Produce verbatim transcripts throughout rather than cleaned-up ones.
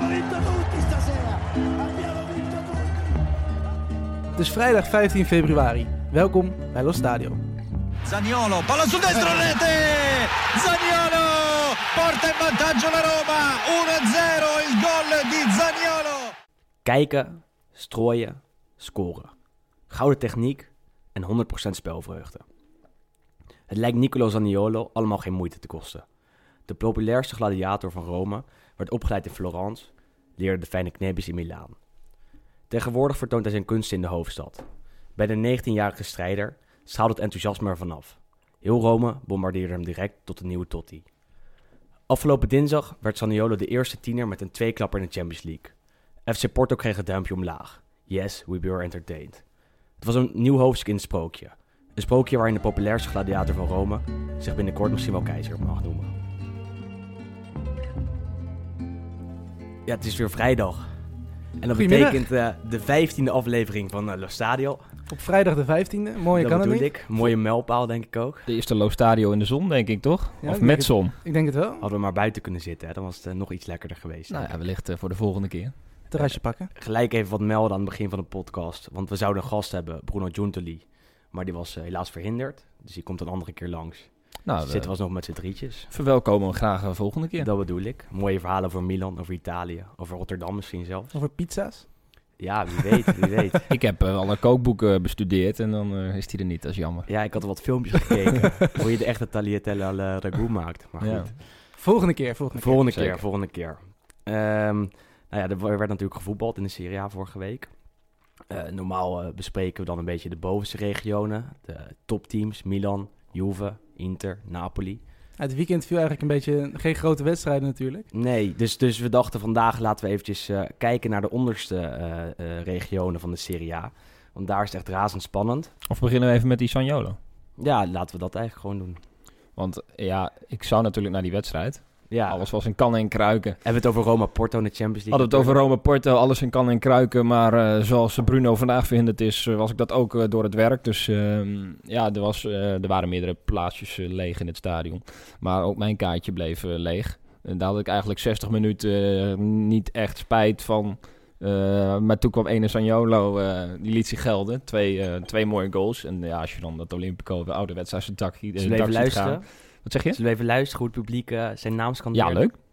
Het is vrijdag vijftien februari. Welkom bij Lo Stadio. Zaniolo, palla sul destro, rete! Zaniolo porta in vantaggio la Roma. uno a zero, il gol di Zaniolo. Kijken, strooien, scoren. Gouden techniek en honderd procent spelvreugde. Het lijkt Nicolo Zaniolo allemaal geen moeite te kosten. De populairste gladiator van Rome werd opgeleid in Florence, leerde de fijne kneepjes in Milaan. Tegenwoordig vertoont hij zijn kunsten in de hoofdstad. Bij de negentienjarige strijder straalde het enthousiasme ervan af. Heel Rome bombardeerde hem direct tot de nieuwe Totti. Afgelopen dinsdag werd Zaniolo de eerste tiener met een tweeklapper in de Champions League. F C Porto kreeg het duimpje omlaag. Yes, we were entertained. Het was een nieuw hoofdstuk in het sprookje. Een sprookje waarin de populairste gladiator van Rome zich binnenkort misschien wel keizer mag noemen. Ja, het is weer vrijdag. En dat betekent uh, de vijftiende aflevering van uh, Lo Stadio. Op vrijdag de vijftiende. Mooie dat kan het bedoel niet. ik. Mooie mijlpaal, denk ik ook. De eerste Lo Stadio in de zon, denk ik, toch? Ja, of ik met denk zon. Het, ik denk het wel. Hadden we maar buiten kunnen zitten, hè? Dan was het uh, nog iets lekkerder geweest. Nou ja, wellicht uh, voor de volgende keer. Terrasje pakken. Gelijk even wat melden aan het begin van de podcast. Want we zouden een gast hebben, Bruno Giuntoli. Maar die was uh, helaas verhinderd. Dus die komt een andere keer langs. Nou, dus zitten we alsnog met z'n drietjes. Verwelkomen we graag de volgende keer. Dat bedoel ik. Mooie verhalen over Milan, over Italië, over Rotterdam misschien zelfs. Over pizza's. Ja, wie weet, wie weet. Ik heb uh, alle kookboeken bestudeerd en dan uh, is die er niet, dat is jammer. Ja, ik had wat filmpjes gekeken. Hoe je de echte tagliatelle alla ragu maakt. Maar goed. Ja. Volgende keer, volgende, Volgende keer. keer, volgende keer. Um, nou ja, er werd natuurlijk gevoetbald in de Serie A vorige week. Uh, normaal uh, bespreken we dan een beetje de bovenste regionen. De topteams, Milan, Juve, Inter, Napoli. Het weekend viel eigenlijk een beetje geen grote wedstrijden natuurlijk. Nee, dus, dus we dachten vandaag laten we eventjes uh, kijken naar de onderste uh, uh, regionen van de Serie A. Want daar is het echt razendspannend. Of beginnen we even met die Zaniolo? Ja, laten we dat eigenlijk gewoon doen. Want ja, ik zou natuurlijk naar die wedstrijd. Ja. Alles was in kan en kruiken. Hebben we het over Roma-Porto in de Champions League? Hadden we het over Roma-Porto, alles in kan en kruiken. Maar uh, zoals Bruno vandaag verhinderd is, uh, was ik dat ook uh, door het werk. Dus uh, ja, er, was, uh, er waren meerdere plaatsjes uh, leeg in het stadion. Maar ook mijn kaartje bleef uh, leeg. En daar had ik eigenlijk zestig minuten uh, niet echt spijt van. Uh, maar toen kwam ene Zaniolo, uh, die liet zich gelden. Twee, uh, twee mooie goals. En ja, als je dan dat Olympico, de ouderwets uit zijn dak, uh, Zullen we dak even ziet luisteren? gaan. Wat zeg je? Zullen we even luisteren hoe het publiek uh, zijn naam scandeert? Ja, leuk.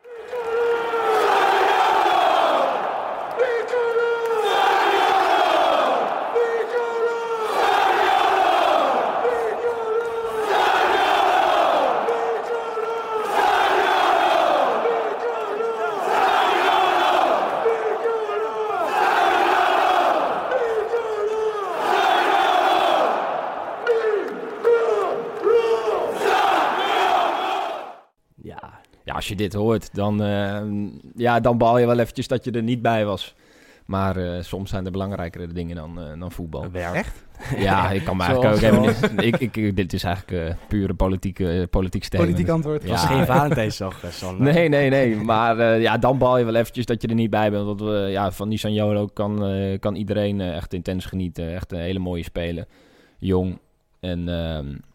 Als je dit hoort, dan, uh, ja, dan baal je wel eventjes dat je er niet bij was. Maar uh, soms zijn er belangrijkere dingen dan, uh, dan voetbal. Echt? Ja, ik kan me eigenlijk ook helemaal niet... Ik, ik, dit is eigenlijk uh, pure politieke, uh, politiek statement. Politiek antwoord. Het was ja. geen Valentijnsdag, San. Nee, nee, nee. Maar uh, ja, dan baal je wel eventjes dat je er niet bij bent. Want we, ja, van die Zaniolo kan, uh, kan iedereen uh, echt intens genieten. Echt een hele mooie speler. Jong. En... Uh,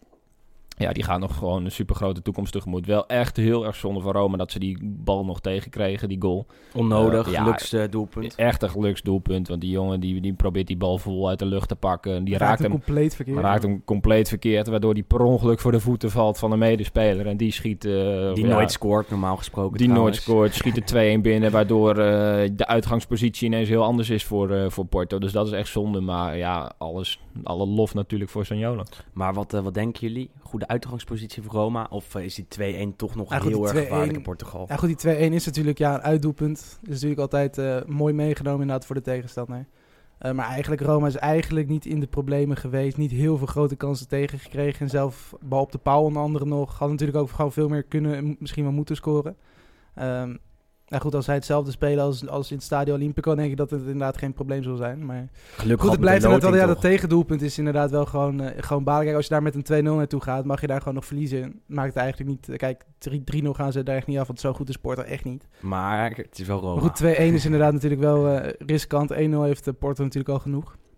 Ja, die gaan nog gewoon een super grote toekomst tegemoet. Wel echt heel erg zonde van Rome dat ze die bal nog tegenkregen, die goal. Onnodig, uh, ja, geluksdoelpunt. Echt een geluksdoelpunt, want die jongen die, die probeert die bal vol uit de lucht te pakken. Die raakt, raakt hem hem compleet verkeerd. raakt hem compleet verkeerd, waardoor die per ongeluk voor de voeten valt van een medespeler. En die schiet... Uh, die ja, nooit scoort, normaal gesproken Die trouwens. nooit scoort, schiet er twee-een binnen, waardoor uh, de uitgangspositie ineens heel anders is voor, uh, voor Porto. Dus dat is echt zonde, maar ja, alles, alle lof natuurlijk voor Zaniolo. Maar wat, uh, wat denken jullie? Goede uitgangspositie voor Roma? Of uh, is die twee-een toch nog ja, goed, heel erg twee-een gevaarlijk in Portugal? Ja goed, die twee-een is natuurlijk ja, een uitdoelpunt. Is natuurlijk altijd uh, mooi meegenomen inderdaad voor de tegenstander. Uh, maar eigenlijk, Roma is eigenlijk niet in de problemen geweest. Niet heel veel grote kansen tegengekregen. En zelf bal op de paal onder andere nog. Had natuurlijk ook gewoon veel meer kunnen, misschien wel moeten scoren. Um, Nou goed, als zij hetzelfde spelen als, als in het Stadio Olimpico, denk ik dat het inderdaad geen probleem zal zijn. Maar gelukkig goed, het blijft inderdaad wel, ja, dat toch? tegendoelpunt is inderdaad wel gewoon, uh, gewoon balig. Als je daar met een twee-nul naartoe gaat, mag je daar gewoon nog verliezen. Maakt het eigenlijk niet, kijk, drie-nul gaan ze daar echt niet af, want zo goed is Porto echt niet. Maar het is wel Roma. Maar goed, twee-een is inderdaad natuurlijk wel uh, riskant. één-nul heeft uh, Porto natuurlijk al genoeg.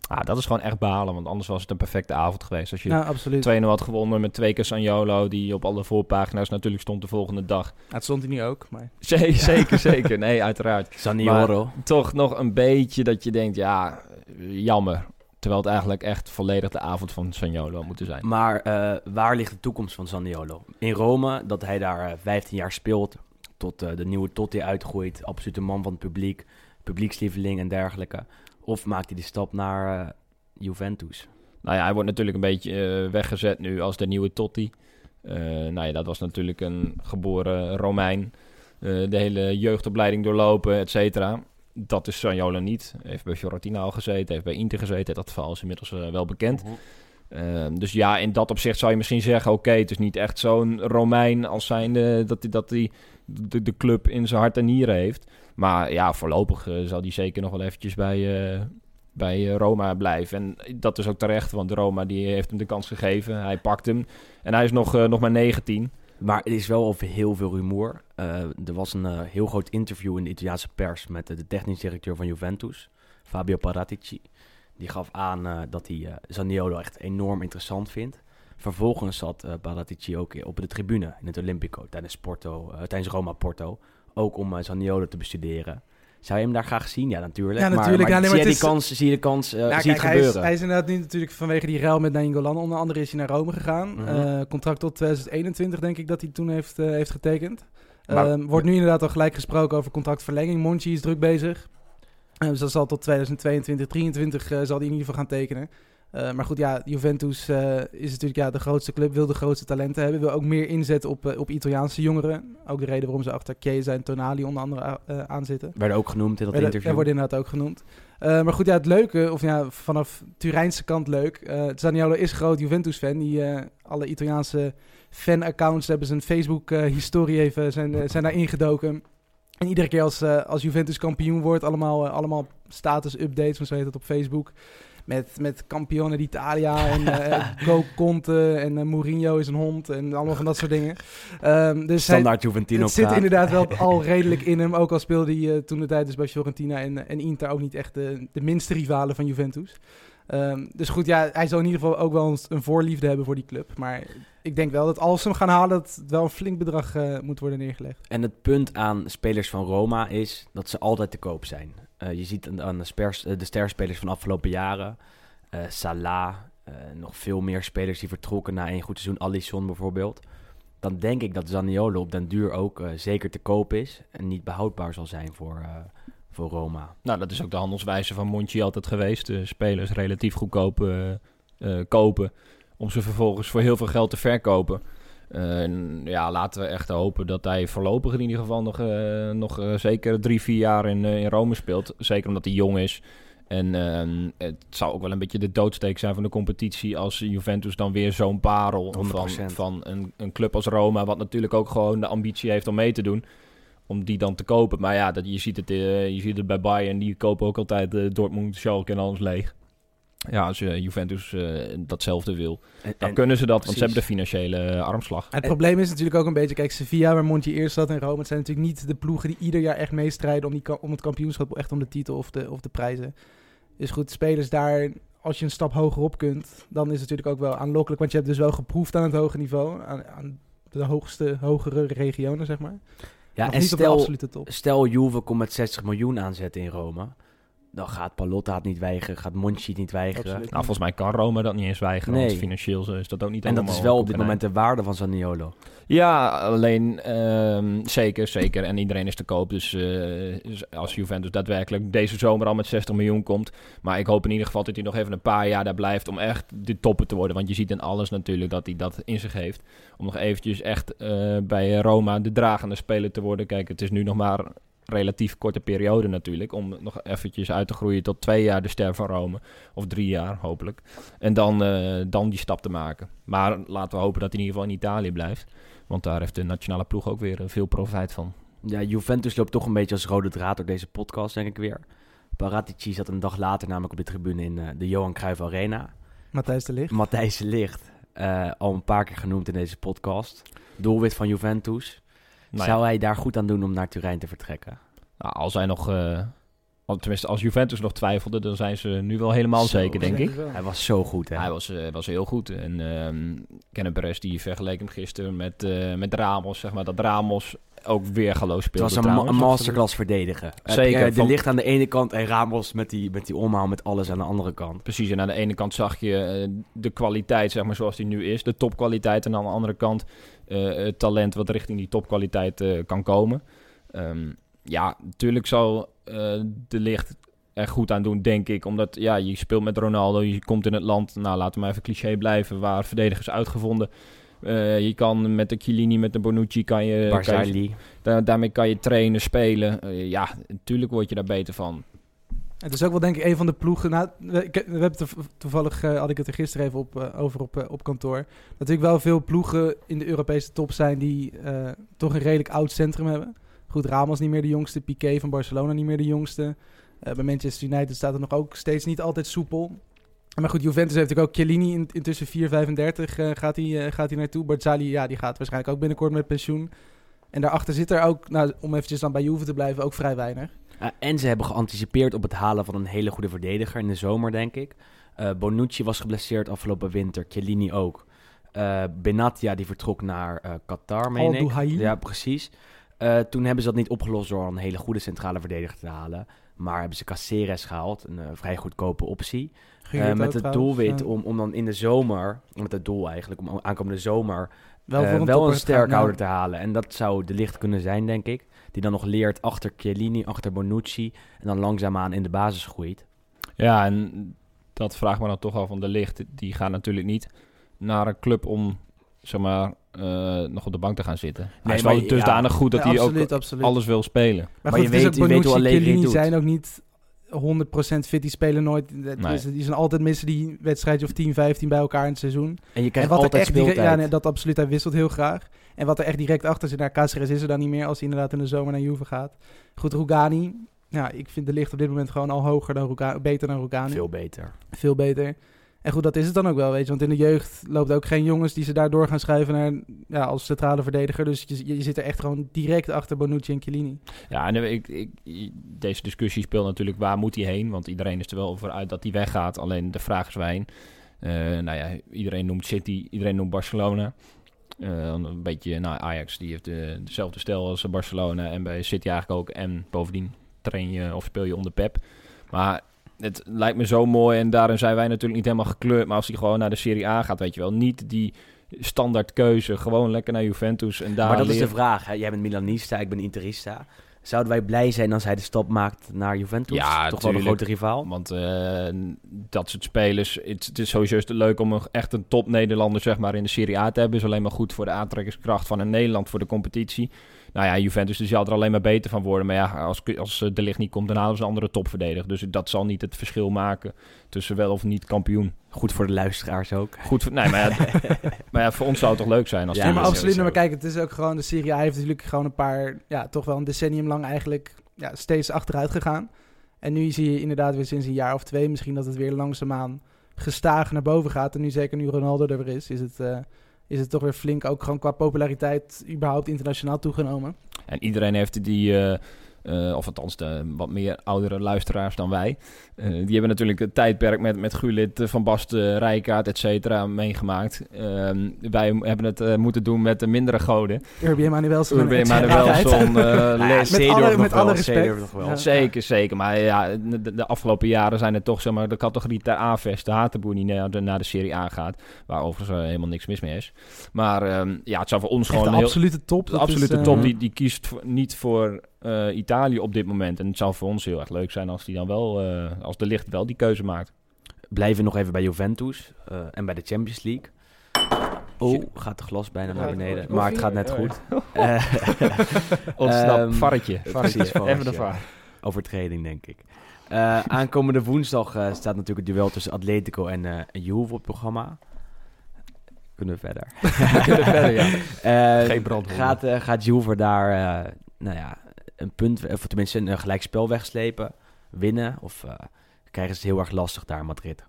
Ah, dat is gewoon echt balen, want anders was het een perfecte avond geweest. Als je Nou, absoluut. twee nul had gewonnen met twee keer Zaniolo, die op alle voorpagina's natuurlijk stond de volgende dag. Ja, het stond hij nu ook, maar... Zee, zeker, zeker. Nee, uiteraard. Zaniolo. Maar toch nog een beetje dat je denkt, ja, jammer. Terwijl het eigenlijk echt volledig de avond van Zaniolo had moeten zijn. Maar uh, waar ligt de toekomst van Zaniolo? In Rome, dat hij daar uh, vijftien jaar speelt, tot uh, de nieuwe Totti uitgroeit, absolute man van het publiek, publiekslieveling en dergelijke. Of maakt hij de stap naar uh, Juventus? Nou ja, hij wordt natuurlijk een beetje uh, weggezet nu als de nieuwe Totti. Uh, nou ja, dat was natuurlijk een geboren Romein. Uh, de hele jeugdopleiding doorlopen, et cetera. Dat is Zaniolo niet. Hij heeft bij Fiorentina al gezeten, heeft bij Inter gezeten. Dat verhaal is inmiddels uh, wel bekend. Uh-huh. Uh, dus ja, in dat opzicht zou je misschien zeggen... oké, okay, het is niet echt zo'n Romein als zijnde dat hij dat die de, de club in zijn hart en nieren heeft. Maar ja, voorlopig uh, zal hij zeker nog wel eventjes bij, uh, bij uh, Roma blijven. En dat is ook terecht, want Roma die heeft hem de kans gegeven. Hij pakt hem en hij is nog, uh, nog maar negentien. Maar er is wel over heel veel rumoer. Uh, er was een uh, heel groot interview in de Italiaanse pers met uh, de technisch directeur van Juventus, Fabio Paratici. Die gaf aan uh, dat hij uh, Zaniolo echt enorm interessant vindt. Vervolgens zat uh, Paratici ook op de tribune in het Olimpico tijdens, Porto, uh, tijdens Roma-Porto. Ook om uh, Zaniolo te bestuderen. Zou je hem daar graag zien? Ja, natuurlijk. Ja, natuurlijk. Maar, maar, ja, nee, zie, maar je is... die kans, zie je de kans, uh, nou, zie kijk, het hij gebeuren? Is, hij is inderdaad nu natuurlijk vanwege die ruil met Nainggolan. Onder andere is hij naar Rome gegaan. Mm-hmm. Uh, contract tot twintig eenentwintig denk ik dat hij toen heeft, uh, heeft getekend. Maar, uh, wordt nu inderdaad al gelijk gesproken over contractverlenging. Monchi is druk bezig. Uh, dus dat zal tot tweeduizend tweeëntwintig, drieëntwintig uh, zal hij in ieder geval gaan tekenen. Uh, maar goed, ja, Juventus uh, is natuurlijk ja, de grootste club, wil de grootste talenten hebben. Wil ook meer inzet op, uh, op Italiaanse jongeren. Ook de reden waarom ze achter Chiesa en Tonali onder andere uh, aanzitten. Werden ook genoemd in dat Werden, interview. Ja, worden inderdaad ook genoemd. Uh, maar goed, ja, het leuke, of ja, vanaf Turijnse kant leuk. Uh, Zaniolo is groot Juventus-fan. Die, uh, alle Italiaanse fan-accounts hebben zijn Facebook-historie uh, even zijn, uh, zijn daar ingedoken. En iedere keer als, uh, als Juventus kampioen wordt, allemaal, uh, allemaal status-updates, zo heet het op Facebook. Met, met Campione d'Italia en uh, Go Conte en uh, Mourinho is een hond en allemaal van dat soort dingen. Um, dus Standaard Juventino. Het zit inderdaad wel al redelijk in hem. Ook al speelde hij uh, toen de tijd dus bij Fiorentina en, en Inter ook niet echt de, de minste rivalen van Juventus. Um, dus goed, ja, hij zal in ieder geval ook wel een, een voorliefde hebben voor die club. Maar ik denk wel dat als ze hem gaan halen, dat het wel een flink bedrag uh, moet worden neergelegd. En het punt aan spelers van Roma is dat ze altijd te koop zijn. Uh, je ziet aan, aan de, spers, de sterspelers van de afgelopen jaren. Uh, Salah, uh, nog veel meer spelers die vertrokken na een goed seizoen. Alisson bijvoorbeeld. Dan denk ik dat Zaniolo op den duur ook uh, zeker te koop is. En niet behoudbaar zal zijn voor, uh, voor Roma. Nou, dat is ook de handelswijze van Monchi altijd geweest. Uh, spelers relatief goedkoop uh, uh, kopen. Om ze vervolgens voor heel veel geld te verkopen. Uh, en ja, laten we echt hopen dat hij voorlopig in ieder geval nog, uh, nog uh, zeker drie, vier jaar in, uh, in Rome speelt. Zeker omdat hij jong is. En uh, het zou ook wel een beetje de doodsteek zijn van de competitie als Juventus dan weer zo'n parel van, van een, een club als Roma, wat natuurlijk ook gewoon de ambitie heeft om mee te doen, om die dan te kopen. Maar ja, dat, je, ziet het, uh, je ziet het bij Bayern, die kopen ook altijd uh, Dortmund, Schalke en alles leeg. Ja, als uh, Juventus uh, datzelfde wil, en, dan en, kunnen ze dat, precies. Want ze hebben de financiële uh, armslag. Het en, probleem is natuurlijk ook een beetje, kijk, Sevilla, waar Monchi eerst zat in Rome, het zijn natuurlijk niet de ploegen die ieder jaar echt meestrijden om, die, om het kampioenschap, echt om de titel of de, of de prijzen. Dus goed, spelers daar, als je een stap hoger op kunt, dan is het natuurlijk ook wel aanlokkelijk, want je hebt dus wel geproefd aan het hoge niveau, aan, aan de hoogste, hogere regionen, zeg maar. Ja, Nog en niet stel, op de absolute top. Stel Juve komt met zestig miljoen aanzetten in Rome. Dan gaat Palotta het niet weigeren, gaat Monchi het niet weigeren. Nou, volgens mij kan Roma dat niet eens weigeren, nee. Want financieel is dat ook niet. En dat is wel op dit moment de waarde van Zaniolo. Ja, alleen um, zeker, zeker. En iedereen is te koop. Dus uh, als Juventus daadwerkelijk deze zomer al met zestig miljoen komt. Maar ik hoop in ieder geval dat hij nog even een paar jaar daar blijft om echt de toppen te worden. Want je ziet in alles natuurlijk dat hij dat in zich heeft. Om nog eventjes echt uh, bij Roma de dragende speler te worden. Kijk, het is nu nog maar relatief korte periode natuurlijk, om nog eventjes uit te groeien tot twee jaar de ster van Rome. Of drie jaar, hopelijk. En dan, uh, dan die stap te maken. Maar laten we hopen dat hij in ieder geval in Italië blijft. Want daar heeft de nationale ploeg ook weer uh, veel profijt van. Ja, Juventus loopt toch een beetje als rode draad door deze podcast, denk ik weer. Paratici zat een dag later namelijk op de tribune in uh, de Johan Cruijff Arena. Matthijs de Ligt. Matthijs de Ligt. Uh, al een paar keer genoemd in deze podcast. Doelwit van Juventus. Nou ja. Zou hij daar goed aan doen om naar Turijn te vertrekken? Nou, als hij nog uh, tenminste als Juventus nog twijfelde, dan zijn ze nu wel helemaal Zo, zeker, denk ik. Hij was zo goed, hè? Hij was, uh, was heel goed. En um, Kenneth Perez die vergeleek hem gisteren met, uh, met Ramos, zeg maar. Dat Ramos ook weer geloos speelde. Het was een, ma- een masterclass verdedigen. Zeker. Uh, de van... licht aan de ene kant en Ramos met die, met die omhaal met alles aan de andere kant. Precies, en aan de ene kant zag je uh, de kwaliteit, zeg maar, zoals die nu is. De topkwaliteit. En aan de andere kant uh, het talent wat richting die topkwaliteit uh, kan komen. Um, ja, natuurlijk zal uh, de licht er goed aan doen, denk ik. Omdat, ja, je speelt met Ronaldo, je komt in het land, nou, laten we maar even cliché blijven, waar verdedigers uitgevonden. Uh, je kan met de Chiellini, met de Bonucci, kan je... Kan je da- daarmee kan je trainen, spelen. Uh, ja, natuurlijk word je daar beter van. Het is ook wel denk ik een van de ploegen... Nou, we, we hebben to- toevallig, uh, had ik het er gisteren even op, uh, over op, uh, op kantoor. Natuurlijk wel veel ploegen in de Europese top zijn die uh, toch een redelijk oud centrum hebben. Goed, Ramos niet meer de jongste, Piqué van Barcelona niet meer de jongste. Uh, bij Manchester United staat er nog ook steeds niet altijd soepel. Maar goed, Juventus heeft natuurlijk ook Chiellini in, intussen vier vijfendertig uh, gaat hij uh, gaat hij naartoe. Barzagli, ja, die gaat waarschijnlijk ook binnenkort met pensioen. En daarachter zit er ook, nou, om eventjes dan bij Juve te blijven, ook vrij weinig. Uh, en ze hebben geanticipeerd op het halen van een hele goede verdediger in de zomer, denk ik. Uh, Bonucci was geblesseerd afgelopen winter, Chiellini ook. Uh, Benatia die vertrok naar uh, Qatar, meen ik. Al-Duhail. Ja, precies. Uh, toen hebben ze dat niet opgelost door een hele goede centrale verdediger te halen. Maar hebben ze Caceres gehaald, een uh, vrij goedkope optie. Uh, met het doelwit ja. om, om dan in de zomer, met het doel eigenlijk, om aankomende zomer wel, uh, voor een, wel een sterkhouder te halen. En dat zou de licht kunnen zijn, denk ik. Die dan nog leert achter Chiellini, achter Bonucci en dan langzaamaan in de basis groeit. Ja, en dat vraagt me dan toch al van de licht. Die gaan natuurlijk niet naar een club om, zeg maar, uh, nog op de bank te gaan zitten. Nee, hij is wel dusdanig ja, goed dat ja, hij absoluut, ook absoluut. alles wil spelen. Maar, maar goed, je, weet, je weet hoe alleen Chiellini zijn ook niet honderd procent fit, die spelen nooit. Nee. Is, die zijn altijd missen die wedstrijdje of tien, vijftien bij elkaar in het seizoen. En je krijgt en altijd speeltijd. Direct, ja, nee, dat absoluut, hij wisselt heel graag. En wat er echt direct achter zit, naar Caceres is er dan niet meer als hij inderdaad in de zomer naar Juve gaat. Goed, Rugani, ja, ik vind de licht op dit moment gewoon al hoger dan Rugani, beter dan Rugani. Veel beter. Veel beter. En goed, dat is het dan ook wel, weet je. Want in de jeugd loopt ook geen jongens die ze daardoor gaan schuiven naar, ja, als centrale verdediger. Dus je, je zit er echt gewoon direct achter Bonucci en Chiellini. Ja, en ik, ik, deze discussie speelt natuurlijk, waar moet hij heen? Want iedereen is er wel over uit dat hij weggaat. Alleen de vraag is wijn. Uh, nou ja, iedereen noemt City, iedereen noemt Barcelona. Uh, een beetje, nou, Ajax, die heeft de, dezelfde stijl als Barcelona. En bij City eigenlijk ook. En bovendien train je of speel je onder Pep. Maar het lijkt me zo mooi en daarin zijn wij natuurlijk niet helemaal gekleurd. Maar als hij gewoon naar de Serie A gaat, weet je wel, niet die standaard keuze. Gewoon lekker naar Juventus en daar Maar dat leren. is de vraag. Hè? Jij bent Milanista, ik ben Interista. Zouden wij blij zijn als hij de stap maakt naar Juventus? Ja, toch wel een grote rivaal. Want uh, dat soort spelers, het, het is sowieso leuk om een, echt een top Nederlander, zeg maar, in de Serie A te hebben. Is alleen maar goed voor de aantrekkingskracht van een Nederland voor de competitie. Nou ja, Juventus dus zal er alleen maar beter van worden. Maar ja, als, als De Ligt niet komt, dan halen ze een andere topverdediger. Dus dat zal niet het verschil maken tussen wel of niet kampioen. Goed voor de luisteraars ook. Goed voor, nee, maar ja, maar ja, voor ons zou het toch leuk zijn als ja, ja, maar absoluut. Maar kijk, het is ook gewoon, de Serie A heeft natuurlijk gewoon een paar, ja, toch wel een decennium lang eigenlijk ja, steeds achteruit gegaan. En nu zie je inderdaad weer sinds een jaar of twee misschien dat het weer langzaamaan gestaag naar boven gaat. En nu zeker nu Ronaldo er weer is, is het, uh, is het toch weer flink ook gewoon qua populariteit überhaupt internationaal toegenomen. En iedereen heeft die... Uh, Uh, of althans de wat meer oudere luisteraars dan wij. Uh, die hebben natuurlijk het tijdperk met, met Gullit, Van Basten, Rijkaard, et cetera meegemaakt. Uh, wij hebben het uh, moeten doen met de mindere goden. Urbi Emanuelson. Urbi Emanuelson. Uh, met alle, met alle respect. Ja. Zeker, zeker. Maar ja, de, de afgelopen jaren zijn het toch, zeg maar, de categorie ter A-vest, de Hatenboer die naar de, naar de Serie A gaat. Waar overigens uh, helemaal niks mis mee is. Maar um, ja, het zou voor ons echt gewoon... de heel, absolute top. De absolute is, uh, top, die, die kiest voor, niet voor... Uh, Italië op dit moment. En het zou voor ons heel erg leuk zijn als die dan wel, uh, als De Ligt wel die keuze maakt. Blijven nog even bij Juventus uh, en bij de Champions League. Oh, gaat de glas bijna naar beneden. Ja, maar het gaat net goed. Uh, Ontsnap, um, varretje. Precies, even de var. Overtreding, denk ik. Uh, aankomende woensdag uh, staat natuurlijk het duel tussen Atletico en, uh, en Juve op het programma. Kunnen we verder? Kunnen we verder, ja. Uh, Geen brandwonden. Gaat, uh, gaat Juve daar... Uh, nou ja, een punt, of tenminste een gelijkspel wegslepen, winnen, of uh, krijgen ze het heel erg lastig daar in Madrid?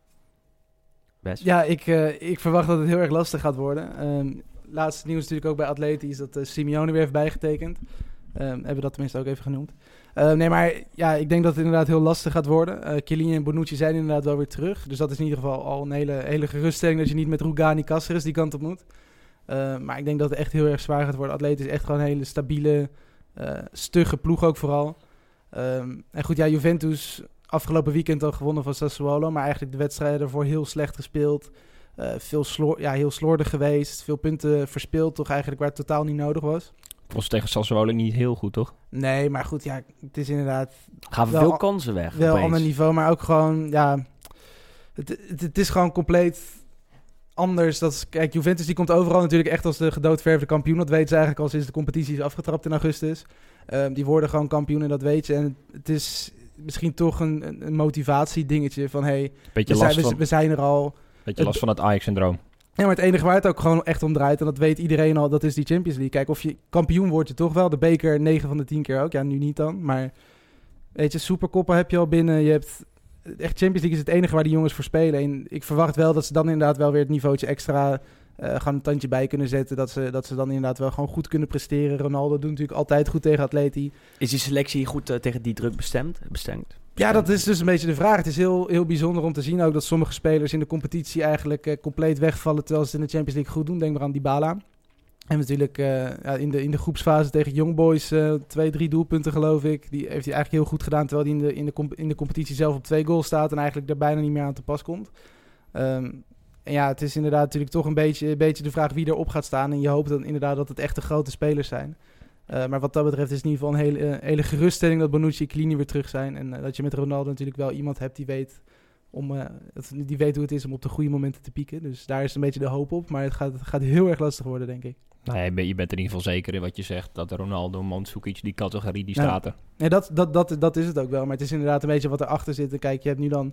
Best? Ja, ik, uh, ik verwacht dat het heel erg lastig gaat worden. Um, laatste nieuws natuurlijk ook bij Atleti is dat uh, Simeone weer heeft bijgetekend. Um, hebben we dat tenminste ook even genoemd. Uh, nee, maar ja, ik denk dat het inderdaad heel lastig gaat worden. Uh, Chiellini en Bonucci zijn inderdaad wel weer terug. Dus dat is in ieder geval al een hele, hele geruststelling dat je niet met Rugani Cáceres die kant op moet. Uh, maar ik denk dat het echt heel erg zwaar gaat worden. Atletico is echt gewoon een hele stabiele, uh, stugge ploeg ook vooral. Um, en goed, ja, Juventus afgelopen weekend al gewonnen van Sassuolo. Maar eigenlijk de wedstrijden ervoor heel slecht gespeeld. Uh, veel slor- ja, heel slordig geweest. Veel punten verspeeld, toch eigenlijk waar het totaal niet nodig was. Was tegen Sassuolo niet heel goed, toch? Nee, maar goed, ja, het is inderdaad... Gaven wel veel kansen weg. Wel opeens. ander niveau, maar ook gewoon, ja... Het, het, het is gewoon compleet anders. Dat is, kijk, Juventus die komt overal natuurlijk echt als de gedoodverfde kampioen. Dat weten ze eigenlijk al sinds de competitie is afgetrapt in augustus. Um, die worden gewoon kampioen en dat weet je. En het is misschien toch een, een motivatiedingetje van... Hey, Beetje we, last zijn, we, van, we zijn er al... beetje last van het Ajax-syndroom. Ja, maar het enige waar het ook gewoon echt om draait... en dat weet iedereen al, dat is die Champions League. Kijk, of je kampioen wordt je toch wel. De beker negen van de tien keer ook. Ja, nu niet dan. Maar weet je, Superkoppen heb je al binnen. Je hebt... Echt, Champions League is het enige waar die jongens voor spelen. En ik verwacht wel dat ze dan inderdaad wel weer het niveautje extra... Uh, gaan een tandje bij kunnen zetten. Dat ze, dat ze dan inderdaad wel gewoon goed kunnen presteren. Ronaldo doet natuurlijk altijd goed tegen Atleti. Is die selectie goed uh, tegen die druk bestemd? bestemd? Ja, dat is dus een beetje de vraag. Het is heel, heel bijzonder om te zien ook dat sommige spelers in de competitie eigenlijk uh, compleet wegvallen terwijl ze het in de Champions League goed doen. Denk maar aan Dybala. En natuurlijk uh, ja, in, de, in de groepsfase tegen Young Boys uh, twee, drie doelpunten geloof ik. Die heeft hij eigenlijk heel goed gedaan terwijl hij in de, in de, comp- in de competitie zelf op twee goals staat en eigenlijk er bijna niet meer aan te pas komt. Um, En ja, het is inderdaad natuurlijk toch een beetje, een beetje de vraag wie erop gaat staan. En je hoopt dan inderdaad dat het echt de grote spelers zijn. Uh, maar wat dat betreft is het in ieder geval een hele, uh, hele geruststelling dat Bonucci en Chiellini weer terug zijn. En uh, dat je met Ronaldo natuurlijk wel iemand hebt die weet, om, uh, die weet hoe het is om op de goede momenten te pieken. Dus daar is een beetje de hoop op. Maar het gaat, het gaat heel erg lastig worden, denk ik. Nou, je, bent, je bent in ieder geval zeker in wat je zegt. Dat Ronaldo, Mandzukic, die categorie, die Ja. staat er. Nee, dat, dat, dat, dat is het ook wel. Maar het is inderdaad een beetje wat erachter zit. En kijk, je hebt nu dan...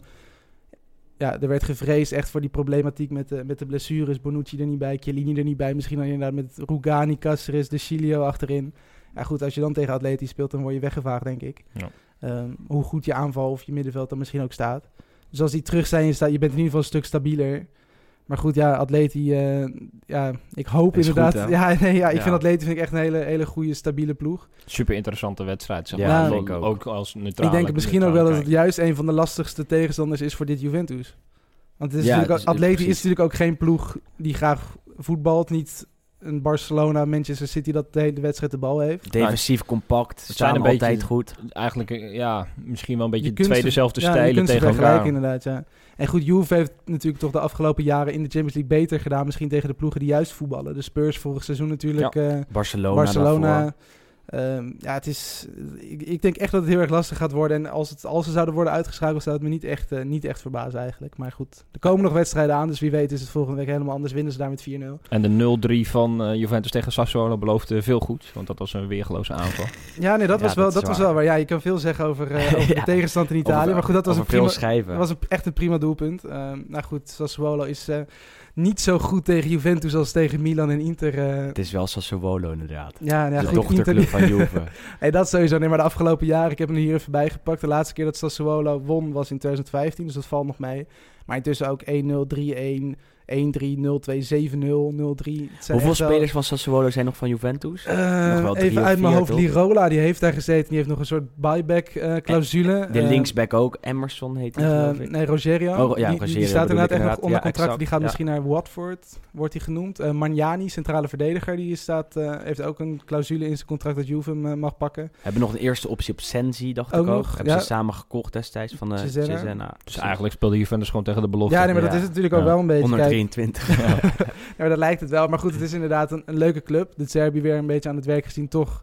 Ja, er werd gevreesd echt voor die problematiek met de, met de blessures. Bonucci er niet bij, Chiellini er niet bij. Misschien dan inderdaad met Rugani, Cáceres, De Chilio achterin. Ja goed, als je dan tegen Atleti speelt, dan word je weggevaagd, denk ik. Ja. Um, hoe goed je aanval of je middenveld dan misschien ook staat. Dus als die terug zijn, je, staat, je bent in ieder geval een stuk stabieler. Maar goed, ja, Atleti, uh, ja, ik hoop Is inderdaad... goed, ja, nee, ja, ik Ja. vind Atleti vind ik echt een hele, hele goede, stabiele ploeg. Super interessante wedstrijd. Zeg Ja, maar. dat denk ook. ik ook. ook als neutrale. Ik denk misschien ook wel dat het neutrale juist een van de lastigste tegenstanders is voor dit Juventus. Want het is Ja, natuurlijk het ook, is- Atleti precies. is natuurlijk ook geen ploeg die graag voetbalt. Niet een Barcelona, Manchester City dat de hele wedstrijd de bal heeft. Defensief compact, zijn staan een altijd beetje- goed. kijker. Eigenlijk, eh, ja, misschien wel een beetje Je kunt twee ze- dezelfde ja, je stijlen kunt ze tegen elkaar. vergelijken inderdaad, ja. En goed, Juve heeft natuurlijk toch de afgelopen jaren in de Champions League beter gedaan. Misschien tegen de ploegen die juist voetballen. De Spurs vorig seizoen natuurlijk. eh, Barcelona, Barcelona. daarvoor. Um, ja, het is... Ik, ik denk echt dat het heel erg lastig gaat worden. En als, het, als ze zouden worden uitgeschakeld, zou het me niet echt, uh, niet echt verbazen eigenlijk. Maar goed, er komen nog wedstrijden aan. Dus wie weet is het volgende week helemaal anders. Winnen ze daar met vier nul. En de nul drie van uh, Juventus tegen Sassuolo beloofde veel goed. Want dat was een weergeloze aanval. Ja, nee, dat Ja, was wel, dat is dat was waar. wel waar. Ja, je kan veel zeggen over, uh, over Ja. de tegenstand in Italië. Over- maar goed, dat was, een over veel prima, schrijven. dat was een, echt een prima doelpunt. Um, nou goed, Sassuolo is uh, niet zo goed tegen Juventus als tegen Milan en Inter. Uh, Het is wel Sassuolo inderdaad. ja, ja, de goed, dochterclub Inter- van Juve. Hey, dat sowieso. Nee, maar de afgelopen jaren, ik heb hem hier even bijgepakt. De laatste keer dat Sassuolo won was in twintig vijftien, dus dat valt nog mee. Maar intussen ook één nul, drie-een, één drie, nul twee, zeven nul, nul drie. Het zijn Hoeveel echt wel- spelers van Sassuolo zijn nog van Juventus? Eh, Nog wel drie even of uit mijn vier, hoofd, toch? Lirola, die heeft daar gezeten. Die heeft nog een soort buyback-clausule. De linksback ook. Emerson heet hij, geloof ik. Nee, Rogerio. Oh, ja, die, die- die Rogerio staat bedoel inderdaad ik echt nog inderdaad. onder Ja, contract. exact, Die gaat ja. misschien naar Watford, wordt hij genoemd. Uh, Magnani, centrale verdediger, die staat, uh, heeft ook een clausule in zijn contract dat Juve hem uh, mag pakken. Hebben nog een eerste optie op Sensi, dacht Ook ik ook. nog, Hebben ja. ze samen gekocht destijds van de Cesena. Cesena. Dus eigenlijk speelde Juventus gewoon tegen de belofte. Ja, nee, maar dat ja. is natuurlijk ook Ja. wel een beetje... onder Kijk, drieëntwintig. Ja. ja, maar dat lijkt het wel. Maar goed, het is inderdaad een, een leuke club. De Serbi weer een beetje aan het werk gezien. Toch,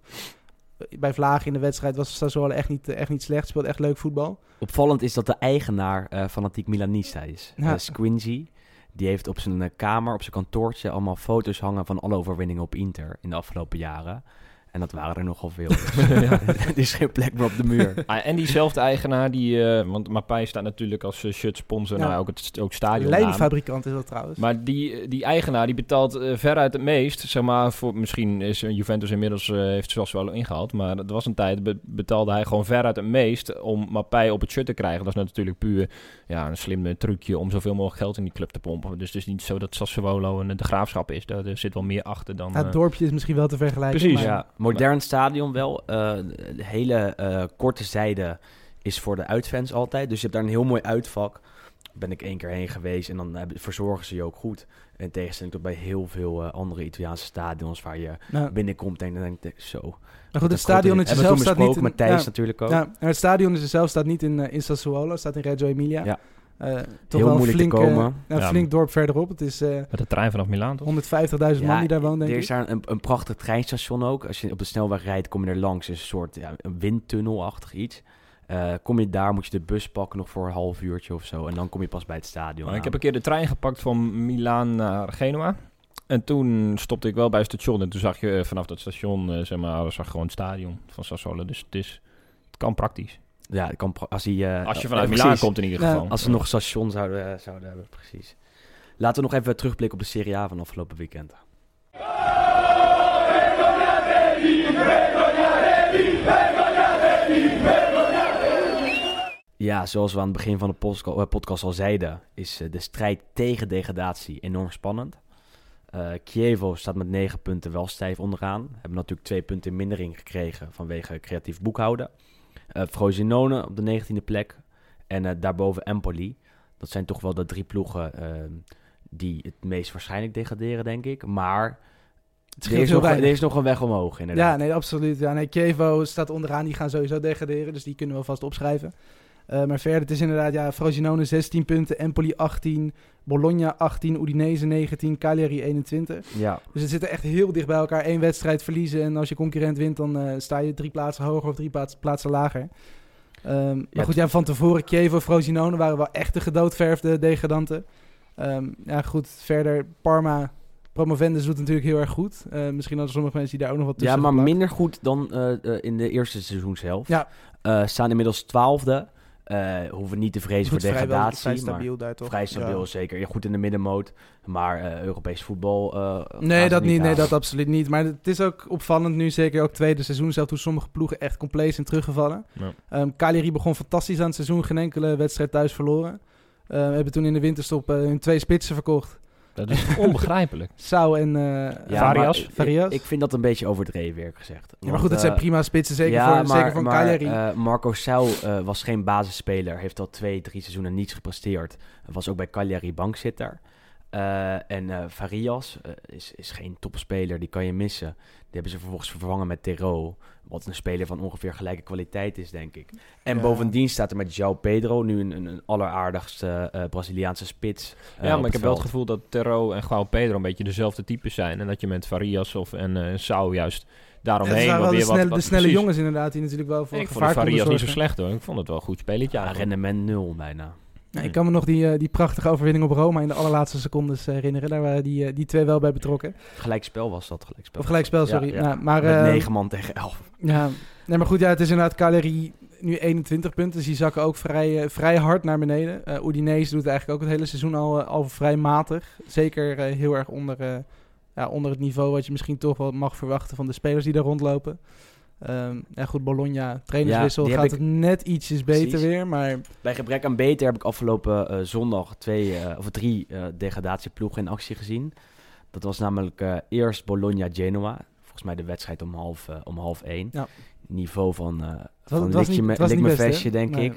bij Vlagen in de wedstrijd was Sassuolo echt niet, echt niet slecht. Speelt echt leuk voetbal. Opvallend is dat de eigenaar uh, fanatiek Milanista is. Ja. Uh, Squinzi. Die heeft op zijn uh, kamer, op zijn kantoortje... allemaal foto's hangen van alle overwinningen op Inter in de afgelopen jaren. En dat waren er nogal veel. Dus Ja. er is geen plek meer op de muur. Ah, en diezelfde eigenaar, die, uh, want Mapai staat natuurlijk als uh, shirt-sponsor, Ja. nou ook het ook stadion. Lijnfabrikant is dat trouwens. Maar die, die eigenaar die betaalt uh, veruit het meest. Zeg maar, voor, misschien is uh, Juventus inmiddels uh, heeft zoals wel ingehaald. Maar er was een tijd be- betaalde hij gewoon veruit het meest om Mapai op het shirt te krijgen. Dat is natuurlijk puur ja, een slim uh, trucje om zoveel mogelijk geld in die club te pompen. Dus het is niet zo dat Sassuolo een de graafschap is. Daar, er zit wel meer achter dan... Ja, Uh, het dorpje is misschien wel te vergelijken. Precies, maar- Ja, Modern stadion wel. Uh, de hele uh, korte zijde is voor de uitfans altijd. Dus je hebt daar een heel mooi uitvak. Ben ik één keer heen geweest en dan hebben, verzorgen ze je ook goed. In tegenstelling tot bij heel veel uh, andere Italiaanse stadions waar je nou, binnenkomt en dan denk je zo. Nou goed, het stadion in zelf staat niet in, met Thijs ja, natuurlijk ook. Ja, het stadion in zelf staat niet in, uh, in Sassuolo, het staat in Reggio Emilia. Ja. Uh, toch heel wel moeilijk flink, te komen. Uh, nou, ja, flink dorp verderop. Het is uh, met de trein vanaf Milaan toch? honderdvijftigduizend ja, man die daar woont, denk er ik. is daar een, een prachtig treinstation ook. Als je op de snelweg rijdt, kom je er langs. Een soort ja, een windtunnelachtig iets. Uh, kom je daar, moet je de bus pakken nog voor een half uurtje of zo. En dan kom je pas bij het stadion. Nou, ik heb een keer de trein gepakt van Milaan naar Genua. En toen stopte ik wel bij het station. En toen zag je vanaf dat station, uh, zeg maar, zag gewoon het stadion van Sassuolo. Dus het, is, het kan praktisch. Ja, het kan pra- als, die, uh, als je vanuit uh, Milaan precies. komt in ieder geval. Ja, als ze nog een station zouden, uh, zouden hebben, precies. Laten we nog even terugblikken op de Serie A van afgelopen weekend. Ja, zoals we aan het begin van de postka- podcast al zeiden, is uh, de strijd tegen degradatie enorm spannend. Uh, Chievo staat met negen punten wel stijf onderaan. Hebben natuurlijk twee punten in mindering gekregen vanwege creatief boekhouden. Uh, Frosinone op de negentiende plek. En uh, daarboven Empoli. Dat zijn toch wel de drie ploegen uh, die het meest waarschijnlijk degraderen, denk ik. Maar er is, nog, er is nog een weg omhoog, inderdaad. Ja, nee, absoluut. Ja, nee, Chievo staat onderaan. Die gaan sowieso degraderen, dus die kunnen we vast opschrijven. Uh, maar verder, het is inderdaad, ja, Frosinone zestien punten, Empoli achttien, Bologna achttien, Udinese negentien, Cagliari eenentwintig. Ja. Dus het zit er echt heel dicht bij elkaar. Eén wedstrijd verliezen en als je concurrent wint, dan uh, sta je drie plaatsen hoger of drie plaats, plaatsen lager. Um, maar ja, goed, ja, van tevoren, Chievo, Frosinone waren wel echt de gedoodverfde degradanten. Um, ja, goed, verder, Parma, Promovendus doet natuurlijk heel erg goed. Uh, misschien hadden sommige mensen die daar ook nog wat tussen Ja, maar geplakt. minder goed dan uh, uh, in de eerste seizoenshelft. Ja. Uh, staan inmiddels twaalfde. Uh, hoeven niet te vrezen goed, voor degradatie. Vrij, vrij stabiel maar daar toch? Vrij stabiel, ja. zeker. Ja, goed in de middenmoot. Maar uh, Europees voetbal... Uh, nee, dat niet, niet nee, dat absoluut niet. Maar het is ook opvallend nu, zeker ook tweede seizoen, zelfs toen sommige ploegen echt compleet zijn teruggevallen. Ja. Um, Cagliari begon fantastisch aan het seizoen, geen enkele wedstrijd thuis verloren. Uh, we hebben toen in de winterstop uh, hun twee spitsen verkocht. Dat is onbegrijpelijk. Sau en uh, ja, Varias. Ik, Varias. Ik, ik vind dat een beetje overdreven, eerlijk gezegd. Ja, maar goed, het zijn prima spitsen, zeker ja, voor, maar, zeker voor maar, Cagliari. Uh, Marco Sau uh, was geen basisspeler. Heeft al twee, drie seizoenen niets gepresteerd. Was ook bij Cagliari bankzitter. Uh, en uh, Varias uh, is, is geen topspeler, die kan je missen. Die hebben ze vervolgens vervangen met Terro. Wat een speler van ongeveer gelijke kwaliteit is, denk ik. En ja. bovendien staat er met João Pedro nu een, een, een alleraardigste uh, Braziliaanse spits. Uh, ja, maar ik heb veld. wel het gevoel dat Terro en João Pedro een beetje dezelfde types zijn. En dat je met Varias of en uh, Sau juist daaromheen ja, wel weer de snelle, wat, wat de snelle precies. jongens inderdaad, die natuurlijk wel voor ik gevaar vond Varias konden niet zo zorgen. slecht hoor. Ik vond het wel een goed spelletje. Ja, rendement nul bijna. Nee, ik kan me nog die, uh, die prachtige overwinning op Roma in de allerlaatste secondes uh, herinneren. Daar waren die, uh, die twee wel bij betrokken. Gelijkspel was dat, gelijkspel. Of gelijkspel, sorry. Ja, ja. Nou, maar, Met uh, negen man tegen elf. Ja, nee, maar goed, ja, het is inderdaad Cagliari nu eenentwintig punten. Dus die zakken ook vrij, uh, vrij hard naar beneden. Uh, Udinese doet het eigenlijk ook het hele seizoen al, uh, al vrij matig. Zeker uh, heel erg onder, uh, ja, onder het niveau wat je misschien toch wel mag verwachten van de spelers die daar rondlopen. Um, ja goed, Bologna, trainerswissel, ja, gaat ik... het net ietsjes beter Precies. weer, maar... Bij gebrek aan beter heb ik afgelopen uh, zondag twee uh, of drie uh, degradatieploegen in actie gezien. Dat was namelijk uh, eerst Bologna-Genoa. Volgens mij de wedstrijd om half, uh, om half één. Ja. Niveau van, uh, van likje me, lik me vestje, denk nee. ik.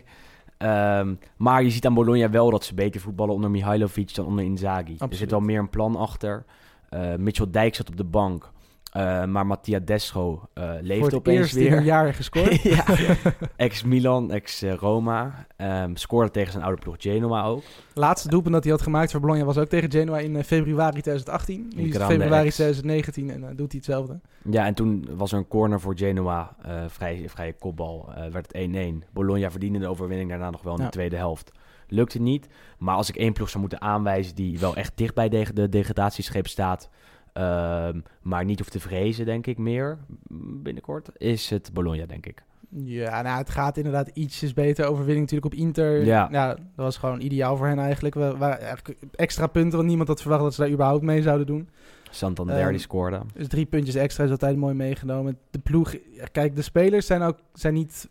Um, maar je ziet aan Bologna wel dat ze beter voetballen onder Mihailovic dan onder Inzaghi. Absoluut. Er zit wel meer een plan achter. Uh, Mitchell Dijk zat op de bank. Uh, maar Mattia Descho uh, leeft opeens eerst weer. in een jaar gescoord. ja. Ex-Milan, ex-Roma. Um, scoorde tegen zijn oude ploeg Genoa ook. Laatste doelpunt dat hij had gemaakt voor Bologna was ook tegen Genoa in uh, februari twintig achttien. Nu is het februari twintig negentien en uh, doet hij hetzelfde. Ja, en toen was er een corner voor Genoa. Uh, vrij, vrije kopbal. Uh, werd het één-één. Bologna verdiende de overwinning daarna nog wel in ja. de tweede helft. Lukte niet. Maar als ik één ploeg zou moeten aanwijzen die wel echt dicht bij de, de degradatiestreep staat... Um, maar niet hoeft te vrezen, denk ik, meer binnenkort, is het Bologna, denk ik. Ja, nou, het gaat inderdaad ietsjes beter. Overwinning natuurlijk op Inter. Ja. ja, dat was gewoon ideaal voor hen eigenlijk. We waren eigenlijk extra punten, want niemand had verwacht dat ze daar überhaupt mee zouden doen. Santander um, die scoorde. Dus drie puntjes extra is altijd mooi meegenomen. De ploeg, kijk, de spelers zijn ook zijn niet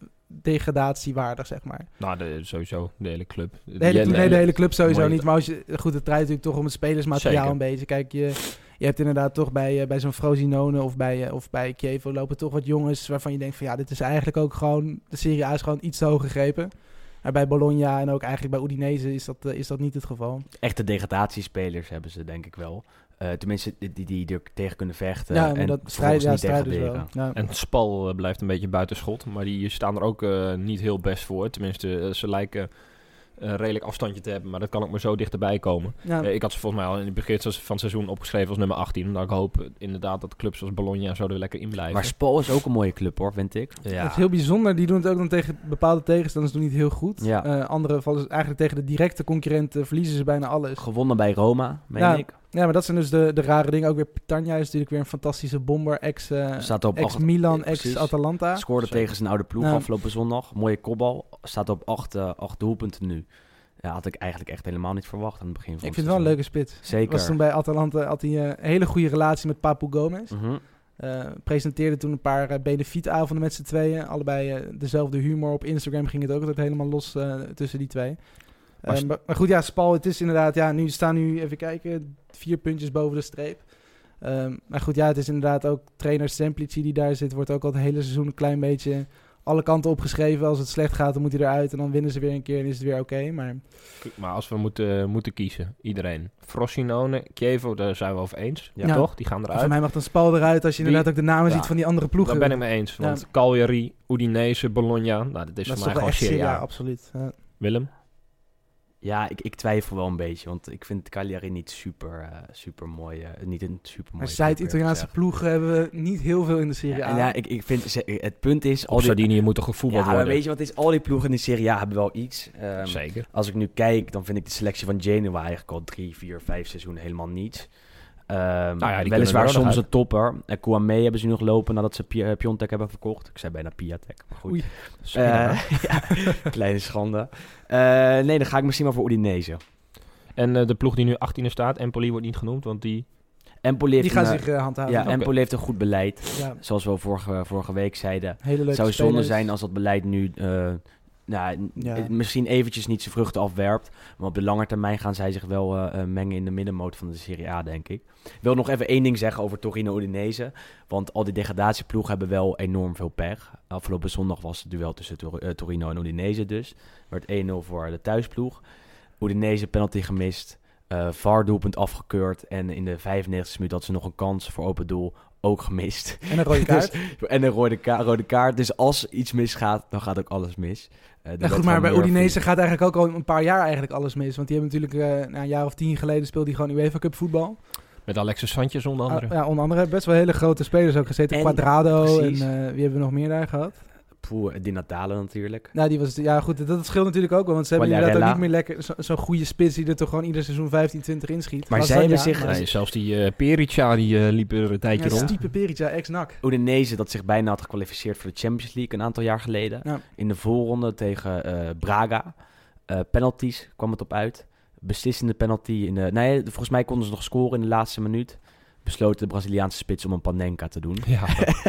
degradatiewaardig, zeg maar. Nou, de, sowieso, de hele club. De hele, nee, de hele club sowieso Mooi. niet. Maar als je, goed, het draait natuurlijk toch om het spelersmateriaal Zeker. een beetje. Kijk, je, je hebt inderdaad toch bij, uh, bij zo'n Frosinone of bij, uh, of bij Chievo lopen toch wat jongens waarvan je denkt van ja, dit is eigenlijk ook gewoon, de Serie A is gewoon iets te hoog gegrepen. Maar bij Bologna en ook eigenlijk bij Udinese is dat, uh, is dat niet het geval. Echte degradatiespelers hebben ze denk ik wel. Uh, tenminste, die, die, die er tegen kunnen vechten. Ja, maar en dat vervolgens strijd, ja, niet strijd dus wel. degraderen. Ja. En Spal uh, blijft een beetje buitenschot. Maar die staan er ook uh, niet heel best voor. Tenminste, uh, ze lijken een uh, redelijk afstandje te hebben. Maar dat kan ook maar zo dichterbij komen. Ja. Uh, ik had ze volgens mij al in het begin van het seizoen opgeschreven als nummer achttien. Omdat ik hoop uh, inderdaad dat clubs zoals Bologna en zo er lekker in blijven. Maar Spal is ook een mooie club hoor, vind ik. Het is heel bijzonder. Die doen het ook dan tegen bepaalde tegenstanders doen niet heel goed. Ja. Uh, andere vallen ze eigenlijk tegen de directe concurrenten verliezen ze bijna alles. Gewonnen bij Roma, meen Ja. ik. Ja, maar dat zijn dus de, de rare dingen. Ook weer Petagna is natuurlijk weer een fantastische bomber. Ex, uh, Staat op acht- ex-Milan, ja, precies. ex-Atalanta. Scoorde Zeker. tegen zijn oude ploeg Ja. afgelopen zondag. Mooie kopbal. Staat op acht, uh, acht doelpunten nu. Ja, had ik eigenlijk echt helemaal niet verwacht aan het begin van Ik het vind het wel een seizoen. leuke spits. Zeker. Was toen bij Atalanta had hij uh, een hele goede relatie met Papu Gomez. Mhm. Uh, presenteerde toen een paar uh, benefietavonden met z'n tweeën. Allebei uh, dezelfde humor. Op Instagram ging het ook altijd helemaal los uh, tussen die twee. Maar Uh, maar, maar goed, ja, Spal, het is inderdaad... Ja, nu staan nu, even kijken, vier puntjes boven de streep. Um, maar goed, ja, het is inderdaad ook trainer Semplici die daar zit. Wordt ook al het hele seizoen een klein beetje alle kanten opgeschreven. Als het slecht gaat, dan moet hij eruit. En dan winnen ze weer een keer en is het weer oké. Okay, maar Maar als we moeten, moeten kiezen, iedereen. Frosinone, Chievo, daar zijn we over eens. Ja. Ja. Toch? Die gaan voor eruit. mij mag dan Spal eruit als je Wie- inderdaad ook de namen Ja. ziet van die andere ploegen. Daar ben ik mee eens. Want Ja. Cagliari, Udinese, Bologna. Nou, dat is dat voor is mij toch wel gewoon echt Serie Serie A. A, absoluut. Ja. Willem? Ja, ik, ik twijfel wel een beetje. Want ik vind Cagliari niet super, uh, super mooi. Uh, niet een super Maar mooi. Zuid-Italiaanse ploegen hebben we niet heel veel in de Serie Ja, A. en ja, ik, ik vind... ze- Het punt is... Op Sardinië moet toch gevoetbald ja, maar worden? weet je wat het is? Al die ploegen in de Serie A hebben wel iets. Um, Zeker. Als ik nu kijk, dan vind ik de selectie van Genoa eigenlijk al drie, vier, vijf seizoenen helemaal niets. Um, ja, die weliswaar kunnen er soms nog een topper. En Kouame hebben ze nu gelopen nadat ze Pi- uh, Piontek hebben verkocht. Ik zei bijna Piatek, maar goed. Oei. Uh, ja, kleine schande. Uh, nee, dan ga ik misschien maar voor Udinese. En uh, de ploeg die nu achttiende staat, Empoli wordt niet genoemd, want die... Empoli heeft Die gaan een, zich uh, handhaven. ja, Oké. Empoli heeft een goed beleid. Ja, Zoals we al vorige, vorige week zeiden. hele leuke Het zou zonde spelers. zijn als dat beleid nu uh, nou, n- Ja. eh, misschien eventjes niet zijn vruchten afwerpt. Maar op de lange termijn gaan zij zich wel uh, uh, mengen in de middenmoot van de Serie A, denk ik. Ik wil nog even één ding zeggen over Torino-Udinese. Want al die degradatieploegen hebben wel enorm veel pech. Afgelopen zondag was het duel tussen Tor- uh, Torino en Udinese dus. Werd één nul voor de thuisploeg. Udinese penalty gemist. Uh, V A R-doelpunt afgekeurd. En in de vijfennegentigste minuut had ze nog een kans voor open doel. Ook gemist. En een rode kaart. Dus- en een rode, ka- rode kaart. Dus als iets misgaat, dan gaat ook alles mis. Uh, de Ja, wet goed, van maar bij Murphy- Udinese gaat eigenlijk ook al een paar jaar eigenlijk alles mis. Want die hebben natuurlijk uh, nou, een jaar of tien geleden speelde die gewoon UEFA Cup voetbal. Met Alexis Sanchez onder andere. Ah, ja, onder andere best wel hele grote spelers ook gezeten. En- Quadrado precies. en uh, wie hebben we nog meer daar gehad? Poeh, Di Natale natuurlijk. Nou, die was, ja goed, dat, dat scheelt natuurlijk ook wel. Want ze hebben inderdaad ook Quagliarella. niet meer lekker zo- zo'n goede spits die er toch gewoon ieder seizoen vijftien, twintig inschiet. Maar Lasagna, zij hebben zich- maar- Nee, zelfs die uh, Perica, die uh, liep er een tijdje Ja, rond. Stipe Perica, ex-N A C. Udinese dat zich bijna had gekwalificeerd voor de Champions League een aantal jaar geleden. Ja. In de voorronde tegen uh, Braga. Uh, penalties kwam het op uit. Beslissende penalty. In de, nee, volgens mij konden ze nog scoren in de laatste minuut. Besloot de Braziliaanse spits om een panenka te doen. Ja,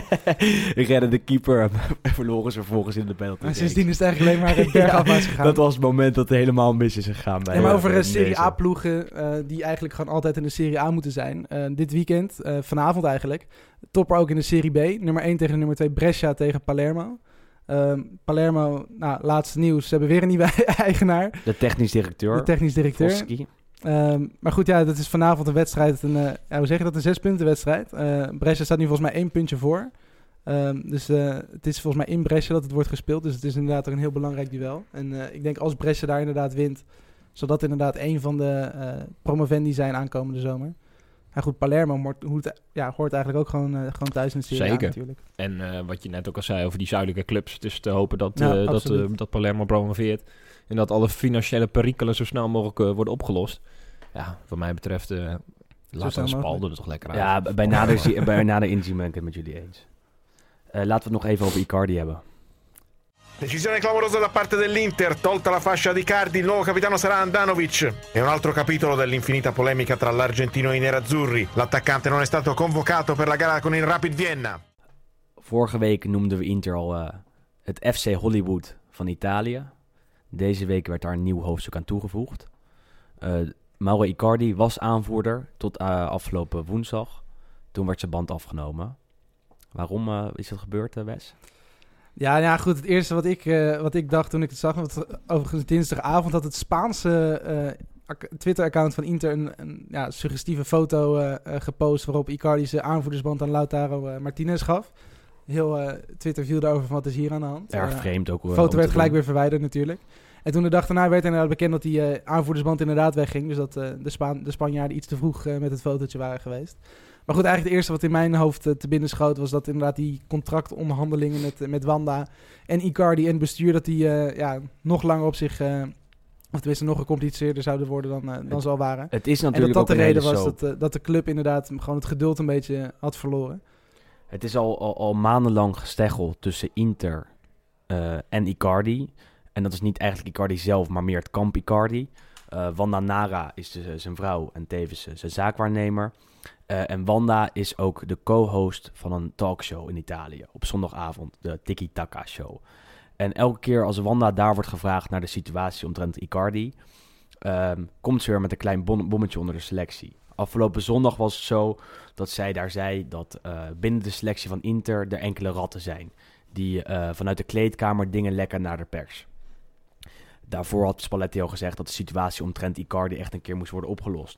Redden de keeper en verloren ze vervolgens in de penalty. En sindsdien is het eigenlijk alleen maar bergafwaarts gegaan. Dat was het moment dat het helemaal mis is gegaan. Bij Ja, maar uh, over uh, Udinese. Serie A-ploegen uh, die eigenlijk gewoon altijd in de Serie A moeten zijn. Uh, dit weekend, uh, vanavond eigenlijk, topper ook in de Serie B. Nummer één tegen nummer twee, Brescia tegen Palermo. Um, Palermo, nou, laatste nieuws. Ze hebben weer een nieuwe eigenaar, De technisch directeur. de technisch directeur. Voski. Um, maar goed, ja, dat is vanavond een wedstrijd. Een, uh, ja, hoe zeg je dat? Een zes punten wedstrijd. Uh, Brescia staat nu volgens mij één puntje voor. Um, dus uh, het is volgens mij in Brescia dat het wordt gespeeld. Dus het is inderdaad ook een heel belangrijk duel. En uh, ik denk als Brescia daar inderdaad wint, zal dat inderdaad een van de uh, promovendi zijn aankomende zomer. Ja goed, Palermo hoort, hoort, ja, hoort eigenlijk ook gewoon, uh, gewoon thuis in de Serie A Zeker. natuurlijk. en uh, wat je net ook al zei over die zuidelijke clubs. Het is te hopen dat, Ja, uh, dat, absoluut. uh, dat Palermo promoveert. En dat alle financiële perikelen zo snel mogelijk uh, worden opgelost. Ja, wat mij betreft, uh, laat snel een Spal mogelijk. er toch lekker uit. Ja, bij nader, zie- bij nader inzien ben ik het met jullie eens. Uh, laten we het nog even over Icardi hebben. Decisione clamorosa da parte dell'Inter, tolta la fascia di Icardi, il nuovo capitano sarà Andanovic. È un altro capitolo dell'infinita polemica tra l'argentino e i nerazzurri. L'attaccante non è stato convocato per la gara con il Rapid Vienna. Vorige week noemden we Inter al uh, het F C Hollywood van Italië. Deze week werd daar een nieuw hoofdstuk aan toegevoegd. Uh, Mauro Icardi was aanvoerder tot uh, afgelopen woensdag. Toen werd zijn band afgenomen. Waarom uh, is dat gebeurd, uh, Wes? Ja, ja, goed. Het eerste wat ik, uh, wat ik dacht toen ik het zag... Want overigens dinsdagavond had het Spaanse uh, Twitter-account van Inter... een, een ja, suggestieve foto uh, uh, gepost... waarop Icardi zijn aanvoerdersband aan Lautaro uh, Martinez gaf. Heel uh, Twitter viel daarover van wat is hier aan de hand. Erg uh, vreemd ook. De foto werd gelijk doen. weer verwijderd natuurlijk. En toen de dag daarna werd inderdaad bekend dat die uh, aanvoerdersband inderdaad wegging. Dus dat uh, de, Spaan- de Spanjaarden iets te vroeg uh, met het fotootje waren geweest. Maar goed, eigenlijk het eerste wat in mijn hoofd uh, te binnen schoot... was dat inderdaad die contractonderhandelingen met, uh, met Wanda en Icardi en het bestuur... dat die uh, ja, nog langer op zich... Uh, of tenminste nog gecompliceerder zouden worden dan, uh, dan het, ze al waren. Het is natuurlijk en dat dat de reden was soap. dat, uh, dat de club inderdaad gewoon het geduld een beetje had verloren. Het is al, al, al maandenlang gesteggel tussen Inter uh, en Icardi. En dat is niet eigenlijk Icardi zelf, maar meer het kamp Icardi. Uh, Wanda Nara is dus, uh, zijn vrouw en tevens uh, zijn zaakwaarnemer. Uh, en Wanda is ook de co-host van een talkshow in Italië op zondagavond, de Tiki Taka Show. En elke keer als Wanda daar wordt gevraagd naar de situatie omtrent Icardi, um, komt ze weer met een klein bom- bommetje onder de selectie. Afgelopen zondag was het zo dat zij daar zei dat uh, binnen de selectie van Inter er enkele ratten zijn. Die uh, vanuit de kleedkamer dingen lekken naar de pers. Daarvoor had Spalletti al gezegd dat de situatie omtrent Icardi echt een keer moest worden opgelost.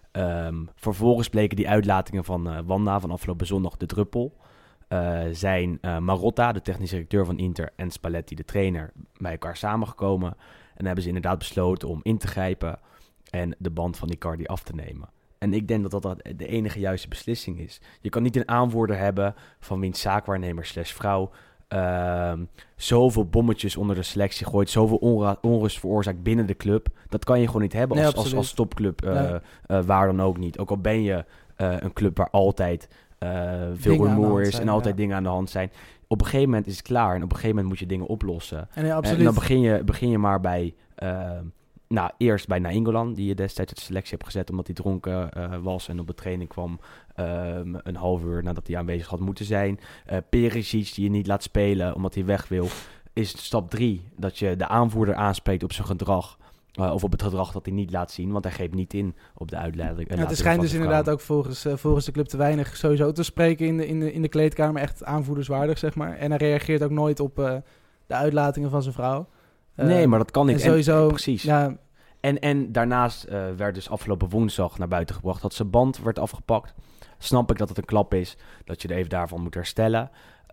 Um, vervolgens bleken die uitlatingen van uh, Wanda van afgelopen zondag de druppel. Uh, zijn uh, Marotta, de technisch directeur van Inter, en Spalletti, de trainer, bij elkaar samengekomen. En hebben ze inderdaad besloten om in te grijpen en de band van Icardi af te nemen. En ik denk dat dat de enige juiste beslissing is. Je kan niet een aanvoerder hebben van wiens zaakwaarnemer slash vrouw uh, zoveel bommetjes onder de selectie gooit, zoveel onra- onrust veroorzaakt binnen de club. Dat kan je gewoon niet hebben als, nee, als, als topclub, uh, nee. uh, waar dan ook niet. Ook al ben je uh, een club waar altijd uh, veel Dingen rumoer is zijn, en altijd ja. dingen aan de hand zijn. Op een gegeven moment is het klaar en op een gegeven moment moet je dingen oplossen. En, ja, absoluut. En dan begin je, begin je maar bij... Uh, Nou, eerst bij Nainggolan, die je destijds uit de selectie hebt gezet omdat hij dronken uh, was en op de training kwam um, een half uur nadat hij aanwezig had moeten zijn. Uh, Perisic, die je niet laat spelen omdat hij weg wil, is stap drie dat je de aanvoerder aanspreekt op zijn gedrag. Uh, of op het gedrag dat hij niet laat zien, want hij greep niet in op de uitleiding. Ja, het schijnt dus inderdaad ook volgens, uh, volgens de club te weinig sowieso te spreken in de, in de, in de kleedkamer. Echt aanvoerderswaardig, zeg maar. En hij reageert ook nooit op uh, de uitlatingen van zijn vrouw. Uh, nee, maar dat kan niet. En sowieso, en, precies. Ja, En, en daarnaast uh, werd dus afgelopen woensdag naar buiten gebracht dat zijn band werd afgepakt. Snap ik dat het een klap is, dat je er even daarvan moet herstellen.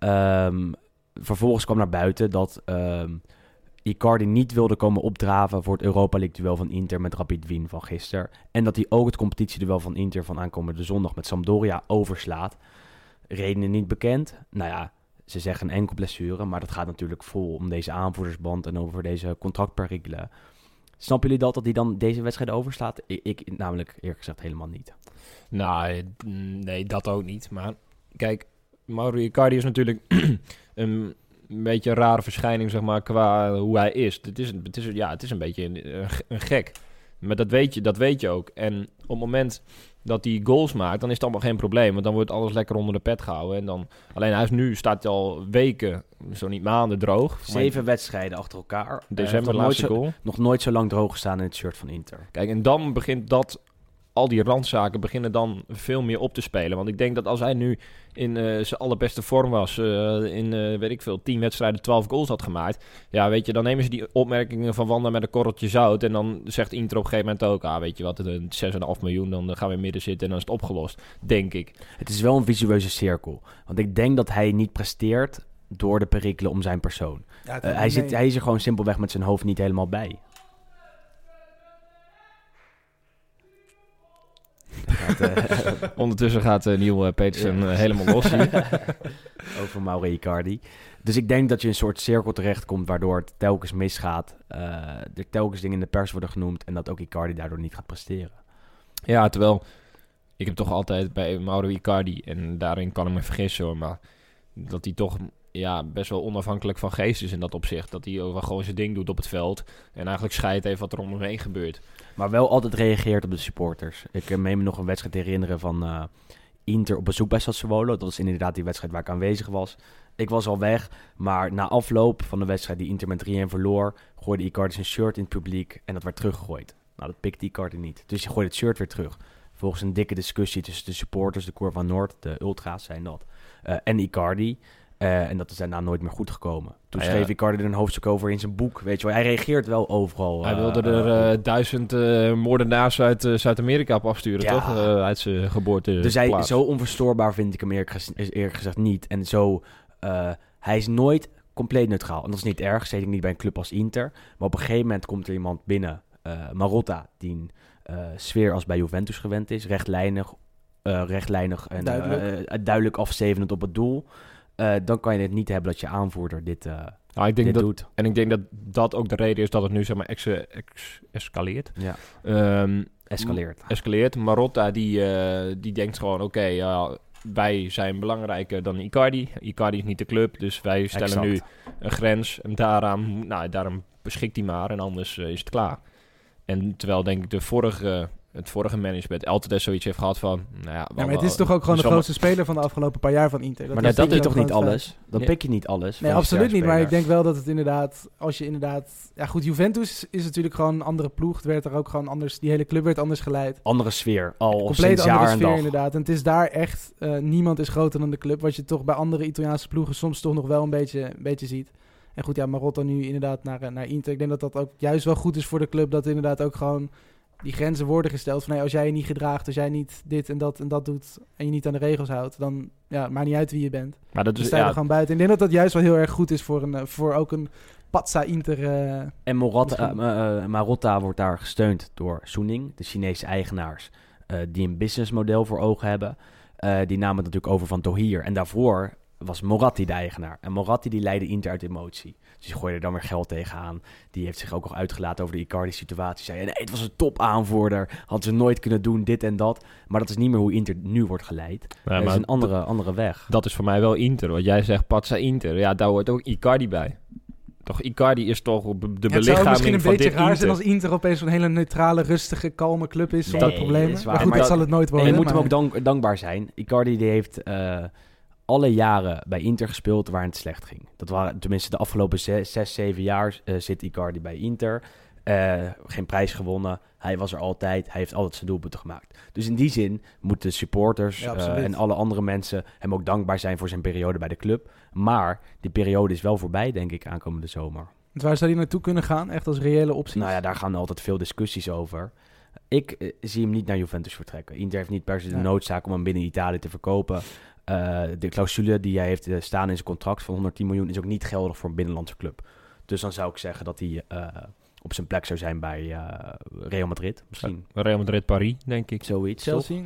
Um, vervolgens kwam naar buiten dat um, Icardi niet wilde komen opdraven voor het Europa League duel van Inter met Rapid Wien van gisteren. En dat hij ook het competitieduel van Inter van aankomende zondag met Sampdoria overslaat. Redenen niet bekend. Nou ja, ze zeggen een enkel blessure, maar dat gaat natuurlijk vol om deze aanvoerdersband en over deze contractperikelen. Snappen jullie dat, dat hij dan deze wedstrijd overslaat? Ik, ik namelijk eerlijk gezegd helemaal niet. Nou, nee, dat ook niet. Maar kijk, Mauro Icardi is natuurlijk een, een beetje een rare verschijning, zeg maar, qua hoe hij is. Het is, het is, ja, het is een beetje een, een gek. Maar dat weet je, dat weet je ook. En op het moment dat hij goals maakt, dan is het allemaal geen probleem. Want dan wordt alles lekker onder de pet gehouden. En dan, alleen hij is nu, staat hij al weken, zo niet maanden droog. Zeven maar, wedstrijden achter elkaar. December uh, laatste nooit goal. Zo, nog nooit zo lang droog gestaan in het shirt van Inter. Kijk, en dan begint dat... al die randzaken beginnen dan veel meer op te spelen. Want ik denk dat als hij nu in uh, zijn allerbeste vorm was, uh, in, uh, weet ik veel, tien wedstrijden, twaalf goals had gemaakt. Ja, weet je, dan nemen ze die opmerkingen van Wanda met een korreltje zout. En dan zegt Inter op een gegeven moment ook, ah, weet je wat, zes komma vijf miljoen, dan gaan we in midden zitten en dan is het opgelost, denk ik. Het is wel een visueuze cirkel. Want ik denk dat hij niet presteert door de perikelen om zijn persoon. Ja, uh, hij, zit, hij is er gewoon simpelweg met zijn hoofd niet helemaal bij. Gaat, uh, Ondertussen gaat uh, Neil uh, Petersen uh, helemaal los hier. Over Mauro Icardi. Dus ik denk dat je een soort cirkel terechtkomt waardoor het telkens misgaat. Uh, er telkens dingen in de pers worden genoemd en dat ook Icardi daardoor niet gaat presteren. Ja, terwijl ik heb toch altijd bij Mauro Icardi, en daarin kan ik me vergissen hoor, maar dat hij toch ja, best wel onafhankelijk van geest is in dat opzicht. Dat hij ook gewoon zijn ding doet op het veld en eigenlijk scheidt heeft wat er om hem heen gebeurt. Maar wel altijd reageert op de supporters. Ik uh, meen me nog een wedstrijd herinneren van uh, Inter op bezoek bij Sassuolo. Dat is inderdaad die wedstrijd waar ik aanwezig was. Ik was al weg, maar na afloop van de wedstrijd die Inter met drie-een verloor, gooide Icardi zijn shirt in het publiek en dat werd teruggegooid. Nou, dat pikte Icardi niet. Dus hij gooide het shirt weer terug. Volgens een dikke discussie tussen de supporters, de Curva Noord, de ultra's zijn dat, uh, en Icardi. Uh, en dat is daarna nooit meer goed gekomen. Toen Ah, schreef ja. Icardi er een hoofdstuk over in zijn boek. Weet je wel, hij reageert wel overal. Hij uh, wilde er uh, uh, duizend uh, moordenaars uit uh, Zuid-Amerika op afsturen, Ja. toch? Uh, uit zijn geboorte. Dus hij, zo onverstoorbaar vind ik hem eerlijk gezegd, eerlijk gezegd niet. En zo, uh, hij is nooit compleet neutraal. En dat is niet erg, zeker niet bij een club als Inter. Maar op een gegeven moment komt er iemand binnen, uh, Marotta, die een uh, sfeer als bij Juventus gewend is. Rechtlijnig, uh, rechtlijnig en Duidelijk. Uh, duidelijk afstevend op het doel. Uh, dan kan je het niet hebben dat je aanvoerder dit, uh, Nou, ik denk dit dat, doet. en ik denk dat dat ook de reden is dat het nu zeg maar ex, ex, escaleert. Ja, Um, escaleert. escaleert. Marotta die, uh, die denkt gewoon, oké, okay, uh, wij zijn belangrijker dan Icardi. Icardi is niet de club, dus wij stellen Exact. nu een grens. En daaraan, nou, daarom beschikt hij maar en anders uh, is het klaar. En terwijl denk ik de vorige, het vorige management altijd zoiets heeft gehad van... Nou ja, Ja, maar het is toch ook gewoon de dus grootste speler van de afgelopen paar jaar van Inter. Maar is dat pik je ook toch gewoon niet het alles? Dan Nee. pik je niet alles. Nee, van absoluut een niet. Maar ik sterspeler. denk wel dat het inderdaad, als je inderdaad... Ja goed, Juventus is natuurlijk gewoon een andere ploeg. Het werd er ook gewoon anders, die hele club werd anders geleid. Andere sfeer, al Compleet sinds andere jaar en sfeer dag. inderdaad. En het is daar echt, uh, niemand is groter dan de club. Wat je toch bij andere Italiaanse ploegen soms toch nog wel een beetje, een beetje ziet. En goed, ja, Marotta nu inderdaad naar, uh, naar Inter. Ik denk dat dat ook juist wel goed is voor de club. Dat inderdaad ook gewoon die grenzen worden gesteld. Van hey, als jij je niet gedraagt, als jij niet dit en dat en dat doet... en je niet aan de regels houdt, dan ja, maakt niet uit wie je bent. Maar dat Dus is, sta je ja, er gewoon buiten. Ik denk dat dat juist wel heel erg goed is voor, een, uh, voor ook een Pazza Inter. Uh, En Moratta, Misschien. uh, uh, Marotta wordt daar gesteund door Suning, de Chinese eigenaars, uh, die een businessmodel voor ogen hebben. Uh, die namen het natuurlijk over van Tohir. En daarvoor was Moratti de eigenaar. En Moratti die leidde Inter uit emotie. Dus die gooide er dan weer geld tegenaan. Die heeft zich ook nog uitgelaten over de Icardi-situatie. Zei, nee, het was een topaanvoerder. Hadden ze nooit kunnen doen, dit en dat. Maar dat is niet meer hoe Inter nu wordt geleid. ja, Het is maar een andere, andere weg. dat is voor mij wel Inter. Wat jij zegt, Pazza Inter. Ja, daar hoort ook Icardi bij. Toch, Icardi is toch de ja, het zou belichaming misschien een van beetje dit raar Inter. zijn als Inter opeens zo'n hele neutrale, rustige, kalme club is. Zonder Nee, problemen. dat is waar. Maar goed, Maar dat dat- zal het nooit En worden. je moet hem maar- ook dank, dankbaar zijn. Icardi die heeft uh, alle jaren bij Inter gespeeld waar het slecht ging. Dat waren tenminste de afgelopen zes, zes zeven jaar uh, zit Icardi bij Inter. Uh, geen prijs gewonnen. Hij was er altijd. Hij heeft altijd zijn doelpunten gemaakt. Dus in die zin moeten supporters Ja, uh, absoluut. en alle andere mensen hem ook dankbaar zijn voor zijn periode bij de club. Maar die periode is wel voorbij, denk ik, aankomende zomer. Want waar zou hij naartoe kunnen gaan? Echt als reële optie? Nou ja, daar gaan altijd veel discussies over. Ik uh, zie hem niet naar Juventus vertrekken. Inter heeft niet per se de Ja. noodzaak om hem binnen Italië te verkopen. Uh, de clausule die hij heeft uh, staan in zijn contract van honderdtien miljoen is ook niet geldig voor een binnenlandse club. Dus dan zou ik zeggen dat hij uh, op zijn plek zou zijn bij uh, Real Madrid. Misschien Real Madrid Paris, denk ik. zoiets. toch? Chelsea?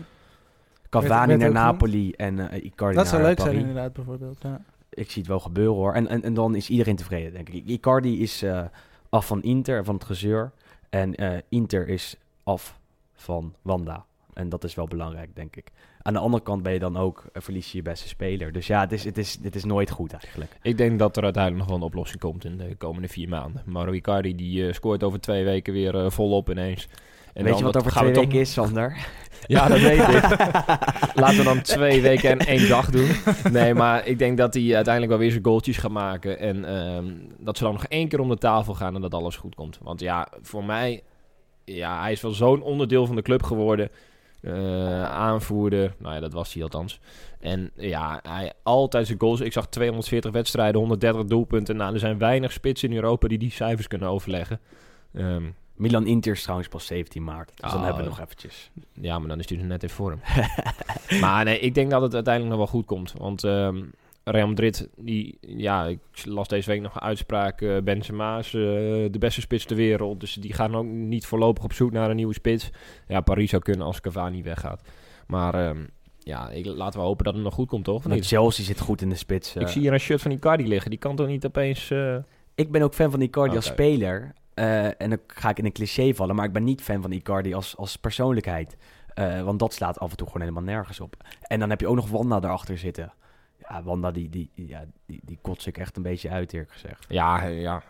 Cavani werd naar ook Napoli en uh, Icardi Dat naar zou leuk Paris. zijn inderdaad, bijvoorbeeld. Ja. Ik zie het wel gebeuren hoor. En, en, en dan is iedereen tevreden, denk ik. Icardi is uh, af van Inter, van het gezeur. En uh, Inter is af van Wanda. En dat is wel belangrijk, denk ik. Aan de andere kant ben je dan ook, uh, verlies je je beste speler. Dus ja, het is, het is, het is nooit goed eigenlijk. Ik denk dat er uiteindelijk nog wel een oplossing komt in de komende vier maanden. Mauro Icardi die uh, scoort over twee weken weer uh, volop ineens. En Weet dan je wat over gaan we twee toch- weken is, Sander? Ja, dat weet ik. Laten we dan twee weken en één dag doen. Nee, maar ik denk dat hij uiteindelijk wel weer zijn goaltjes gaat maken. En um, dat ze dan nog één keer om de tafel gaan en dat alles goed komt. Want ja, voor mij... Ja, hij is wel zo'n onderdeel van de club geworden. Uh, aanvoerder. Nou ja, dat was hij althans. En ja, hij altijd zijn goals. Ik zag tweehonderdveertig wedstrijden, honderddertig doelpunten. Nou, er zijn weinig spitsen in Europa die die cijfers kunnen overleggen. Um, Milan Inter is trouwens pas zeventien maart. Dus dan Oh. hebben we nog eventjes. Ja, maar dan is hij er net in vorm. Maar nee, ik denk dat het uiteindelijk nog wel goed komt. Want um, Real Madrid, die, ja, ik las deze week nog een uitspraak. Uh, Benzema is uh, de beste spits ter wereld. Dus die gaan ook niet voorlopig op zoek naar een nieuwe spits. Ja, Paris zou kunnen als Cavani weggaat. Maar um, ja, ik, laten we hopen dat het nog goed komt, toch? Of Want niet? Chelsea zit goed in de spits. Ik uh. zie hier een shirt van Icardi liggen. Die kan toch niet opeens... Uh... Ik ben ook fan van Icardi als Oké. speler. Uh, en dan ga ik in een cliché vallen. Maar ik ben niet fan van Icardi als, als persoonlijkheid. Uh, want dat slaat af en toe gewoon helemaal nergens op. En dan heb je ook nog Wanda erachter zitten. Ja, Wanda, die, die, ja, die, die kots ik echt een beetje uit, eerlijk gezegd. Ja, ja.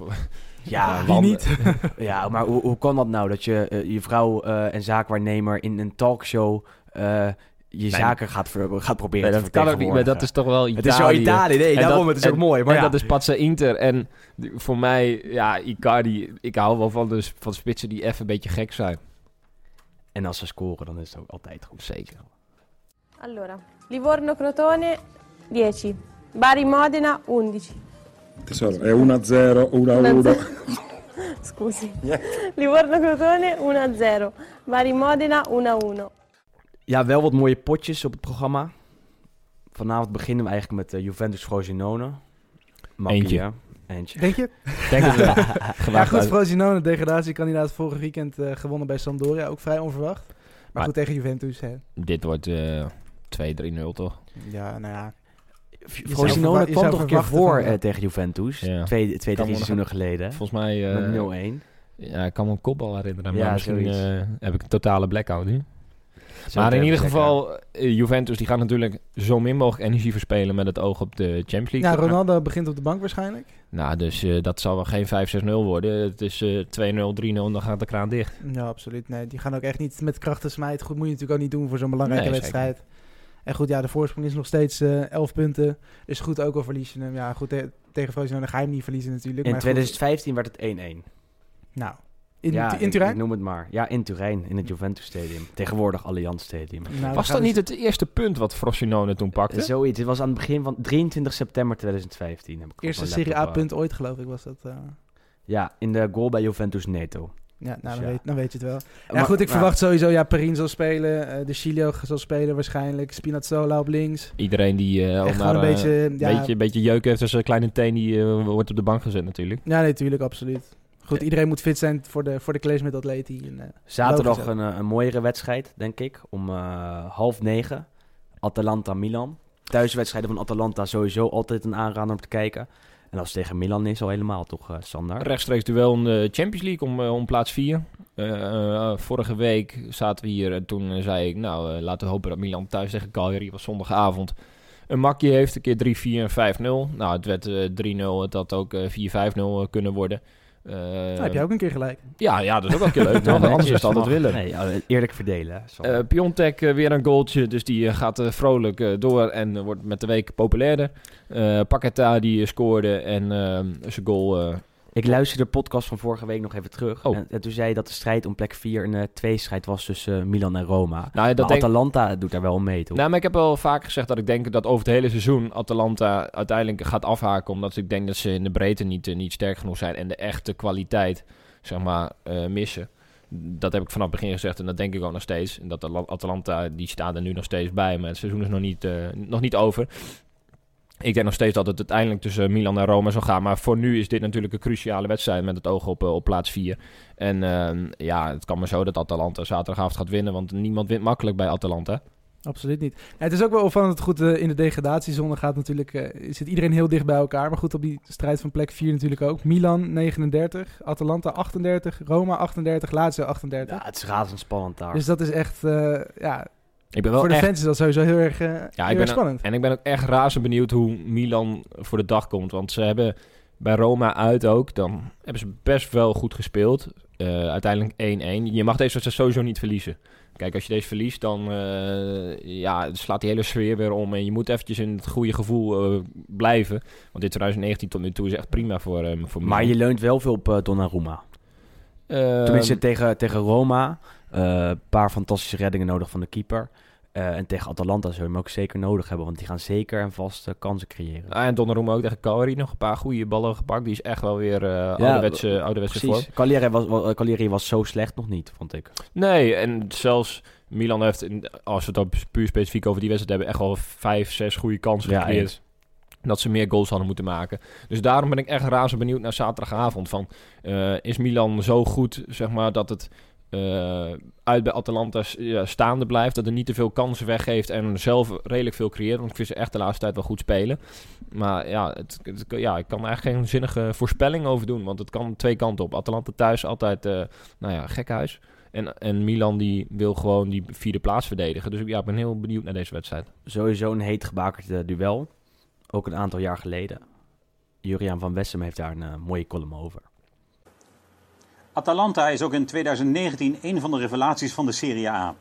Ja, Wie Wanda- niet? Ja, maar hoe, hoe kan dat nou? Dat je uh, je vrouw uh, en zaakwaarnemer in een talkshow uh, je zaken gaat, ver, gaat proberen nee, te dat kan ook niet, maar dat is toch wel Italië. Het is wel Italië, nee, en daarom, dat, het is ook en, mooi. Maar en ja. dat is Pazza Inter. En voor mij, ja, Icardi, ik hou wel van de, van de spitsen die even een beetje gek zijn. En als ze scoren, dan is het ook altijd goed. Zeker. Allora, Livorno-Crotone dieci, Bari-Modena undici. Tesoro, è uno a zero, uno a uno. Scusi. Livorno-Crotone uno a zero, Bari-Modena uno a uno. Ja, wel wat mooie potjes op het programma. Vanavond beginnen we eigenlijk met uh, Juventus-Frosinone. Makkie, Eentje. hè? Eentje. Denk je? Denk het wel. Ja, goed, Frosinone, degradatiekandidaat vorig weekend uh, gewonnen bij Sampdoria. Ook vrij onverwacht. Maar, Maar goed, tegen Juventus. Hè. Dit wordt uh, twee drie nul, toch? Ja, nou ja. Frosinone kwam toch een keer voor uh, tegen Juventus. Ja. Twee, twee drie seizoenen geleden. Volgens mij... Uh, met nul een. Ja, ik kan me een kopbal herinneren. Maar ja, misschien uh, heb ik een totale blackout nu. Zo maar in ieder zeker. geval, uh, Juventus die gaat natuurlijk zo min mogelijk energie verspelen met het oog op de Champions League. Ja, Ronaldo begint op de bank waarschijnlijk. Nou, dus uh, dat zal wel geen vijf zes nul worden. Het is uh, twee nul, drie nul en dan gaat de kraan dicht. Ja, absoluut. Nee, die gaan ook echt niet met krachten smijten. Goed, moet je natuurlijk ook niet doen voor zo'n belangrijke Nee, wedstrijd. Zeker. En goed, ja, de voorsprong is nog steeds uh, elf punten. Dus goed, ook al verlies je hem. Ja, goed, te- tegen Frosinone ga je hem niet verliezen natuurlijk. In maar twintig vijftien goed. werd het één een. Nou, in, ja, in Turijn? Ik, ik noem het maar. Ja, in Turijn, in het Juventus Stadium. Tegenwoordig Allianz Stadium. Nou, was dat niet het eerste punt wat Frosinone toen pakte? Zoiets. Het was aan het begin van drieëntwintig september tweeduizend vijftien. Heb ik eerste Serie A-punt ooit, geloof ik, was dat. Uh... Ja, in de goal bij Juventus Neto. Ja, nou, dus dan, ja. Weet, dan weet je het wel. Ja, maar, goed, ik maar, verwacht sowieso, ja, Perin zal spelen, uh, de Chilio zal spelen waarschijnlijk, Spinazzola op links. Iedereen die uh, Echt maar, gewoon een uh, beetje, ja, beetje, beetje jeuk heeft tussen een kleine teen, die uh, wordt op de bank gezet natuurlijk. Ja, natuurlijk, nee, absoluut. Goed, iedereen moet fit zijn voor de, voor de clash met Atleti. En, uh, zaterdag een, een mooiere wedstrijd, denk ik. Om uh, half negen. Atalanta-Milan. Thuiswedstrijden van Atalanta sowieso altijd een aanrader om te kijken. En als het tegen Milan is, al helemaal toch, uh, Sander? Rechtstreeks duel in de Champions League om, uh, om plaats vier. Uh, uh, vorige week zaten we hier en toen uh, zei ik, nou, uh, laten we hopen dat Milan thuis tegen Cagliari, was zondagavond, een makkie heeft. Een keer drie vier en vijf nul. Nou, het werd uh, drie nul, het had ook uh, vier vijf nul uh, kunnen worden. Uh, nou, heb jij ook een keer gelijk. Ja, ja, dat is ook wel een keer leuk. Toch? Ja, Anders is het altijd willen. Nee, eerlijk verdelen. Uh, Piontek uh, weer een goaltje, dus die uh, gaat uh, vrolijk uh, door en uh, wordt met de week populairder. Uh, Paqueta die uh, scoorde en uh, zijn goal... Uh, Ik luisterde de podcast van vorige week nog even terug. Oh. En, en toen zei je dat de strijd om plek vier een uh, tweestrijd was tussen uh, Milan en Roma. Nou, ja, dat maar denk... Atalanta doet daar wel mee, toch? Nou, maar ik heb wel vaak gezegd dat ik denk dat over het hele seizoen Atalanta uiteindelijk gaat afhaken. Omdat ik denk dat ze in de breedte niet, uh, niet sterk genoeg zijn en de echte kwaliteit, zeg maar, uh, missen. Dat heb ik vanaf het begin gezegd en dat denk ik ook nog steeds. En dat Atalanta, die staat er nu nog steeds bij, maar het seizoen is nog niet, uh, nog niet over. Ik denk nog steeds dat het uiteindelijk tussen Milan en Roma zal gaan. Maar voor nu is dit natuurlijk een cruciale wedstrijd met het oog op, op plaats vier. En uh, ja, het kan maar zo dat Atalanta zaterdagavond gaat winnen. Want niemand wint makkelijk bij Atalanta. Absoluut niet. Ja, het is ook wel opvallend dat het goed uh, in de degradatiezone gaat natuurlijk. Uh, zit iedereen heel dicht bij elkaar. Maar goed, op die strijd van plek vier natuurlijk ook. Milan negenendertig, Atalanta achtendertig, Roma achtendertig, Lazio achtendertig. Ja, het is razendspannend daar. Dus dat is echt, uh, ja... Ik ben wel voor de echt... fans is dat sowieso heel erg, uh, ja, heel ik ben erg spannend. En ik ben ook echt razend benieuwd hoe Milan voor de dag komt. Want ze hebben bij Roma uit ook, dan hebben ze best wel goed gespeeld. Uh, uiteindelijk één één. Je mag deze wedstrijd sowieso niet verliezen. Kijk, als je deze verliest, dan uh, ja, slaat die hele sfeer weer om. En je moet eventjes in het goede gevoel uh, blijven. Want dit twintig negentien tot nu toe is echt prima voor, um, voor Milan. Maar je leunt wel veel op uh, Donnarumma. Uh, Tenminste, tegen, tegen Roma. Een uh, paar fantastische reddingen nodig van de keeper. Uh, en tegen Atalanta zullen we hem ook zeker nodig hebben. Want die gaan zeker en vast uh, kansen creëren. Ah, en Donnarumma ook tegen Cagliari nog een paar goede ballen gepakt. Die is echt wel weer uh, ja, ouderwetse, ouderwetse vorm. Cagliari was, was, Cagliari was zo slecht nog niet, vond ik. Nee, en zelfs Milan heeft, in, als we het dan puur specifiek over die wedstrijd hebben, echt wel vijf, zes goede kansen ja, gecreëerd. Echt. Dat ze meer goals hadden moeten maken. Dus daarom ben ik echt razend benieuwd naar zaterdagavond. Van, uh, is Milan zo goed, zeg maar, dat het uh, uit bij Atalanta uh, staande blijft? Dat er niet te veel kansen weggeeft en zelf redelijk veel creëert? Want ik vind ze echt de laatste tijd wel goed spelen. Maar ja, het, het, ja ik kan er eigenlijk geen zinnige voorspelling over doen. Want het kan twee kanten op. Atalanta thuis altijd, uh, nou ja, gekhuis. En, en Milan die wil gewoon die vierde plaats verdedigen. Dus ja, ik ben heel benieuwd naar deze wedstrijd. Sowieso een heet gebakerd uh, duel. Ook een aantal jaar geleden. Juriaan van Wessem heeft daar een uh, mooie column over. Atalanta is ook in twintig negentien een van de revelaties van de Serie A.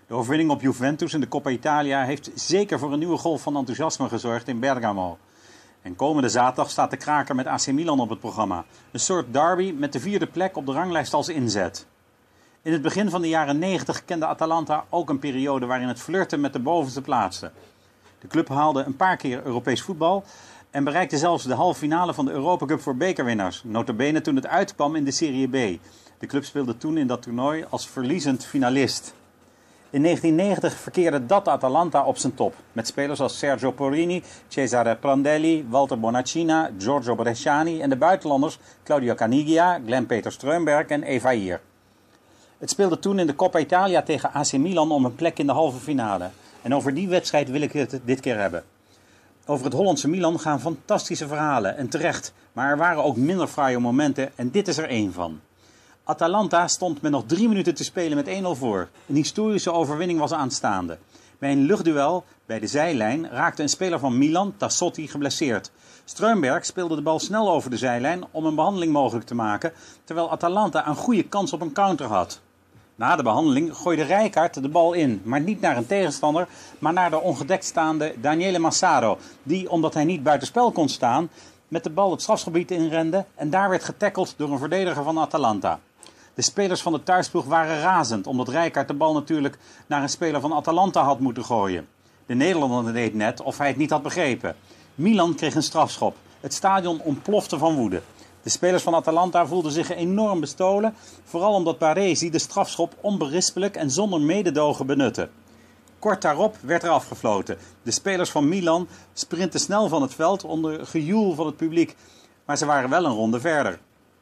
De overwinning op Juventus in de Coppa Italia heeft zeker voor een nieuwe golf van enthousiasme gezorgd in Bergamo. En komende zaterdag staat de kraker met A C Milan op het programma. Een soort derby met de vierde plek op de ranglijst als inzet. In het begin van de jaren negentig kende Atalanta ook een periode waarin het flirte met de bovenste plaatsen. De club haalde een paar keer Europees voetbal en bereikte zelfs de halve finale van de Europa Cup voor bekerwinnaars. Nota bene toen het uitkwam in de Serie B. De club speelde toen in dat toernooi als verliezend finalist. In negentien negentig verkeerde dat Atalanta op zijn top. Met spelers als Sergio Porini, Cesare Prandelli, Walter Bonaccina, Giorgio Bresciani en de buitenlanders Claudio Caniggia, Glenn-Peter Streumberg en Evair. Het speelde toen in de Coppa Italia tegen A C Milan om een plek in de halve finale. En over die wedstrijd wil ik het dit keer hebben. Over het Hollandse Milan gaan fantastische verhalen en terecht. Maar er waren ook minder fraaie momenten en dit is er één van. Atalanta stond met nog drie minuten te spelen met één nul voor. Een historische overwinning was aanstaande. Bij een luchtduel bij de zijlijn raakte een speler van Milan, Tassotti, geblesseerd. Streumberg speelde de bal snel over de zijlijn om een behandeling mogelijk te maken, terwijl Atalanta een goede kans op een counter had. Na de behandeling gooide Rijkaard de bal in, maar niet naar een tegenstander, maar naar de ongedekt staande Daniele Massaro, die, omdat hij niet buitenspel kon staan, met de bal het strafgebied inrende en daar werd getackeld door een verdediger van Atalanta. De spelers van de thuisploeg waren razend, omdat Rijkaard de bal natuurlijk naar een speler van Atalanta had moeten gooien. De Nederlander deed net of hij het niet had begrepen. Milan kreeg een strafschop. Het stadion ontplofte van woede. De spelers van Atalanta voelden zich enorm bestolen, vooral omdat Baresi de strafschop onberispelijk en zonder mededogen benutte. Kort daarop werd er afgefloten. De spelers van Milan sprintten snel van het veld onder gejoel van het publiek, maar ze waren wel een ronde verder.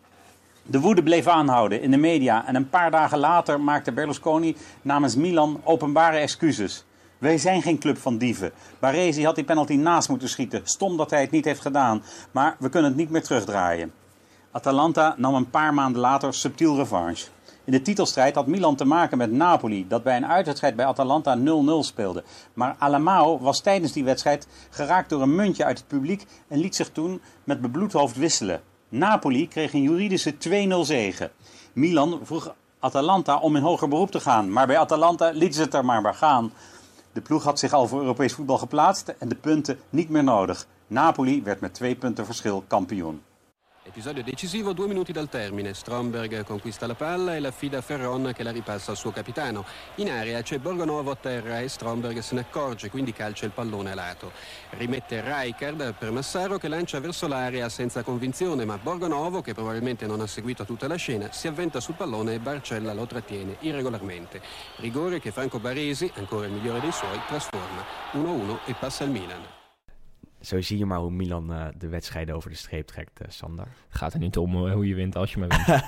De woede bleef aanhouden in de media en een paar dagen later maakte Berlusconi namens Milan openbare excuses. Wij zijn geen club van dieven. Baresi had die penalty naast moeten schieten. Stom dat hij het niet heeft gedaan, maar we kunnen het niet meer terugdraaien. Atalanta nam een paar maanden later subtiel revanche. In de titelstrijd had Milan te maken met Napoli, dat bij een uitwedstrijd bij Atalanta nul nul speelde. Maar Alamao was tijdens die wedstrijd geraakt door een muntje uit het publiek en liet zich toen met bebloed hoofd wisselen. Napoli kreeg een juridische twee nul zege. Milan vroeg Atalanta om in hoger beroep te gaan, maar bij Atalanta liet ze het er maar bij gaan. De ploeg had zich al voor Europees voetbal geplaatst en de punten niet meer nodig. Napoli werd met twee punten verschil kampioen. Episodio decisivo, due minuti dal termine. Stromberg conquista la palla e la affida a Ferron che la ripassa al suo capitano. In area c'è Borgonovo a terra e Stromberg se ne accorge, quindi calcia il pallone a lato. Rimette Rijkaard per Massaro che lancia verso l'area senza convinzione, ma Borgonovo, che probabilmente non ha seguito tutta la scena, si avventa sul pallone e Barcella lo trattiene irregolarmente. Rigore che Franco Baresi, ancora il migliore dei suoi, trasforma. uno a uno e passa al Milan. Zo zie je maar hoe Milan uh, de wedstrijden over de streep trekt, uh, Sander. Gaat er niet om uh, hoe je wint als je maar wint.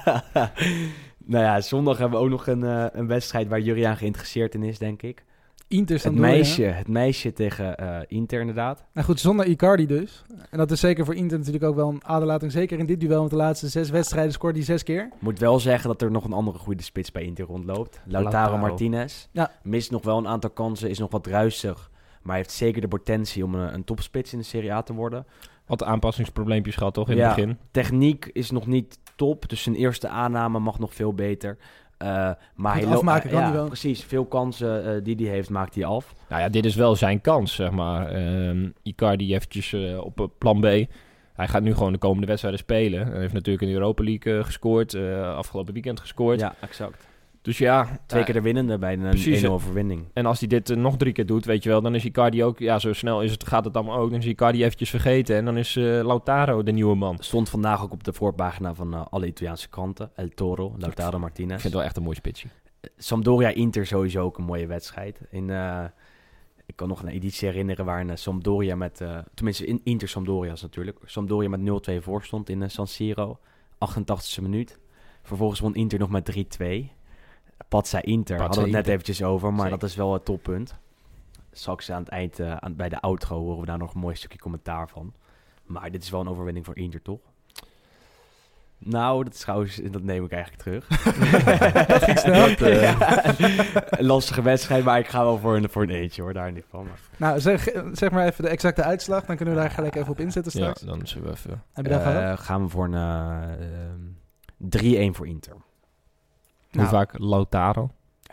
Nou ja, zondag hebben we ook nog een, uh, een wedstrijd waar Juriaan geïnteresseerd in is, denk ik. Inter het meisje, het meisje tegen uh, Inter inderdaad. Nou goed, zonder Icardi dus. En dat is zeker voor Inter natuurlijk ook wel een aderlating. Zeker in dit duel, want de laatste zes wedstrijden scoort hij zes keer. Moet wel zeggen dat er nog een andere goede spits bij Inter rondloopt. Lautaro, Lautaro. Martinez. Ja. Mist nog wel een aantal kansen, is nog wat ruisig. Maar heeft zeker de potentie om een, een topspits in de Serie A te worden. Wat aanpassingsprobleempjes gehad toch in ja, het begin? Techniek is nog niet top, dus zijn eerste aanname mag nog veel beter. Uh, maar hij afmaken kan ja, hij wel. Precies, veel kansen uh, die hij heeft, maakt hij af. Nou ja, dit is wel zijn kans, zeg maar. Um, Icardi eventjes uh, op plan B. Hij gaat nu gewoon de komende wedstrijden spelen. Hij heeft natuurlijk in de Europa League uh, gescoord, uh, afgelopen weekend gescoord. Ja, exact. Dus ja... Twee uh, keer de winnende bij een één nul overwinning. En als hij dit uh, nog drie keer doet, weet je wel, dan is Icardi ook... Ja, zo snel is het, gaat het allemaal ook. Dan is Icardi eventjes vergeten en dan is uh, Lautaro de nieuwe man. Stond vandaag ook op de voorpagina van uh, alle Italiaanse kranten. El Toro, Lautaro Martinez. Ik vind het wel echt een mooi spitsje. Uh, Sampdoria-Inter sowieso ook een mooie wedstrijd. In, uh, ik kan nog een editie herinneren waarin uh, Sampdoria met... Uh, tenminste, in Inter-Sampdoria's natuurlijk. Sampdoria met nul twee voor stond in uh, San Siro. achtentachtigste minuut. Vervolgens won Inter nog met drie twee. Pazza Inter, Pazza hadden we het net Inter. eventjes over, maar Zeker. dat is wel het toppunt. Straks aan het eind, uh, aan, bij de outro, horen we daar nog een mooi stukje commentaar van. Maar dit is wel een overwinning voor Inter, toch? Nou, dat, is trouwens, dat neem ik eigenlijk terug. Dat ging snel. Dat, uh, ja, een lastige wedstrijd, maar ik ga wel voor een, voor een eentje, hoor, daar niet van. Maar. Nou, zeg, zeg maar even de exacte uitslag, dan kunnen we daar gelijk even op inzetten straks. Ja, dan zullen we even... Heb je daar Uh, gehad? gaan we voor een uh, uh, drie een voor Inter. Hoe Nou. vaak Lautaro?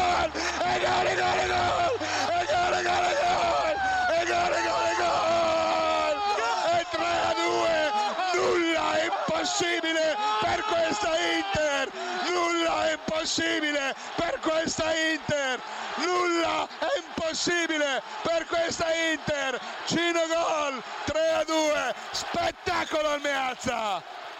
gol, e gol, e gol, e gol, e gol, e gol, e gol, e gol, e gol, e gol, e tre a due, nulla è impossibile per questa Inter, nulla è impossibile per questa Inter, nulla è impossibile per questa Inter, Cino gol, tre a due, spettacolo al Meazza,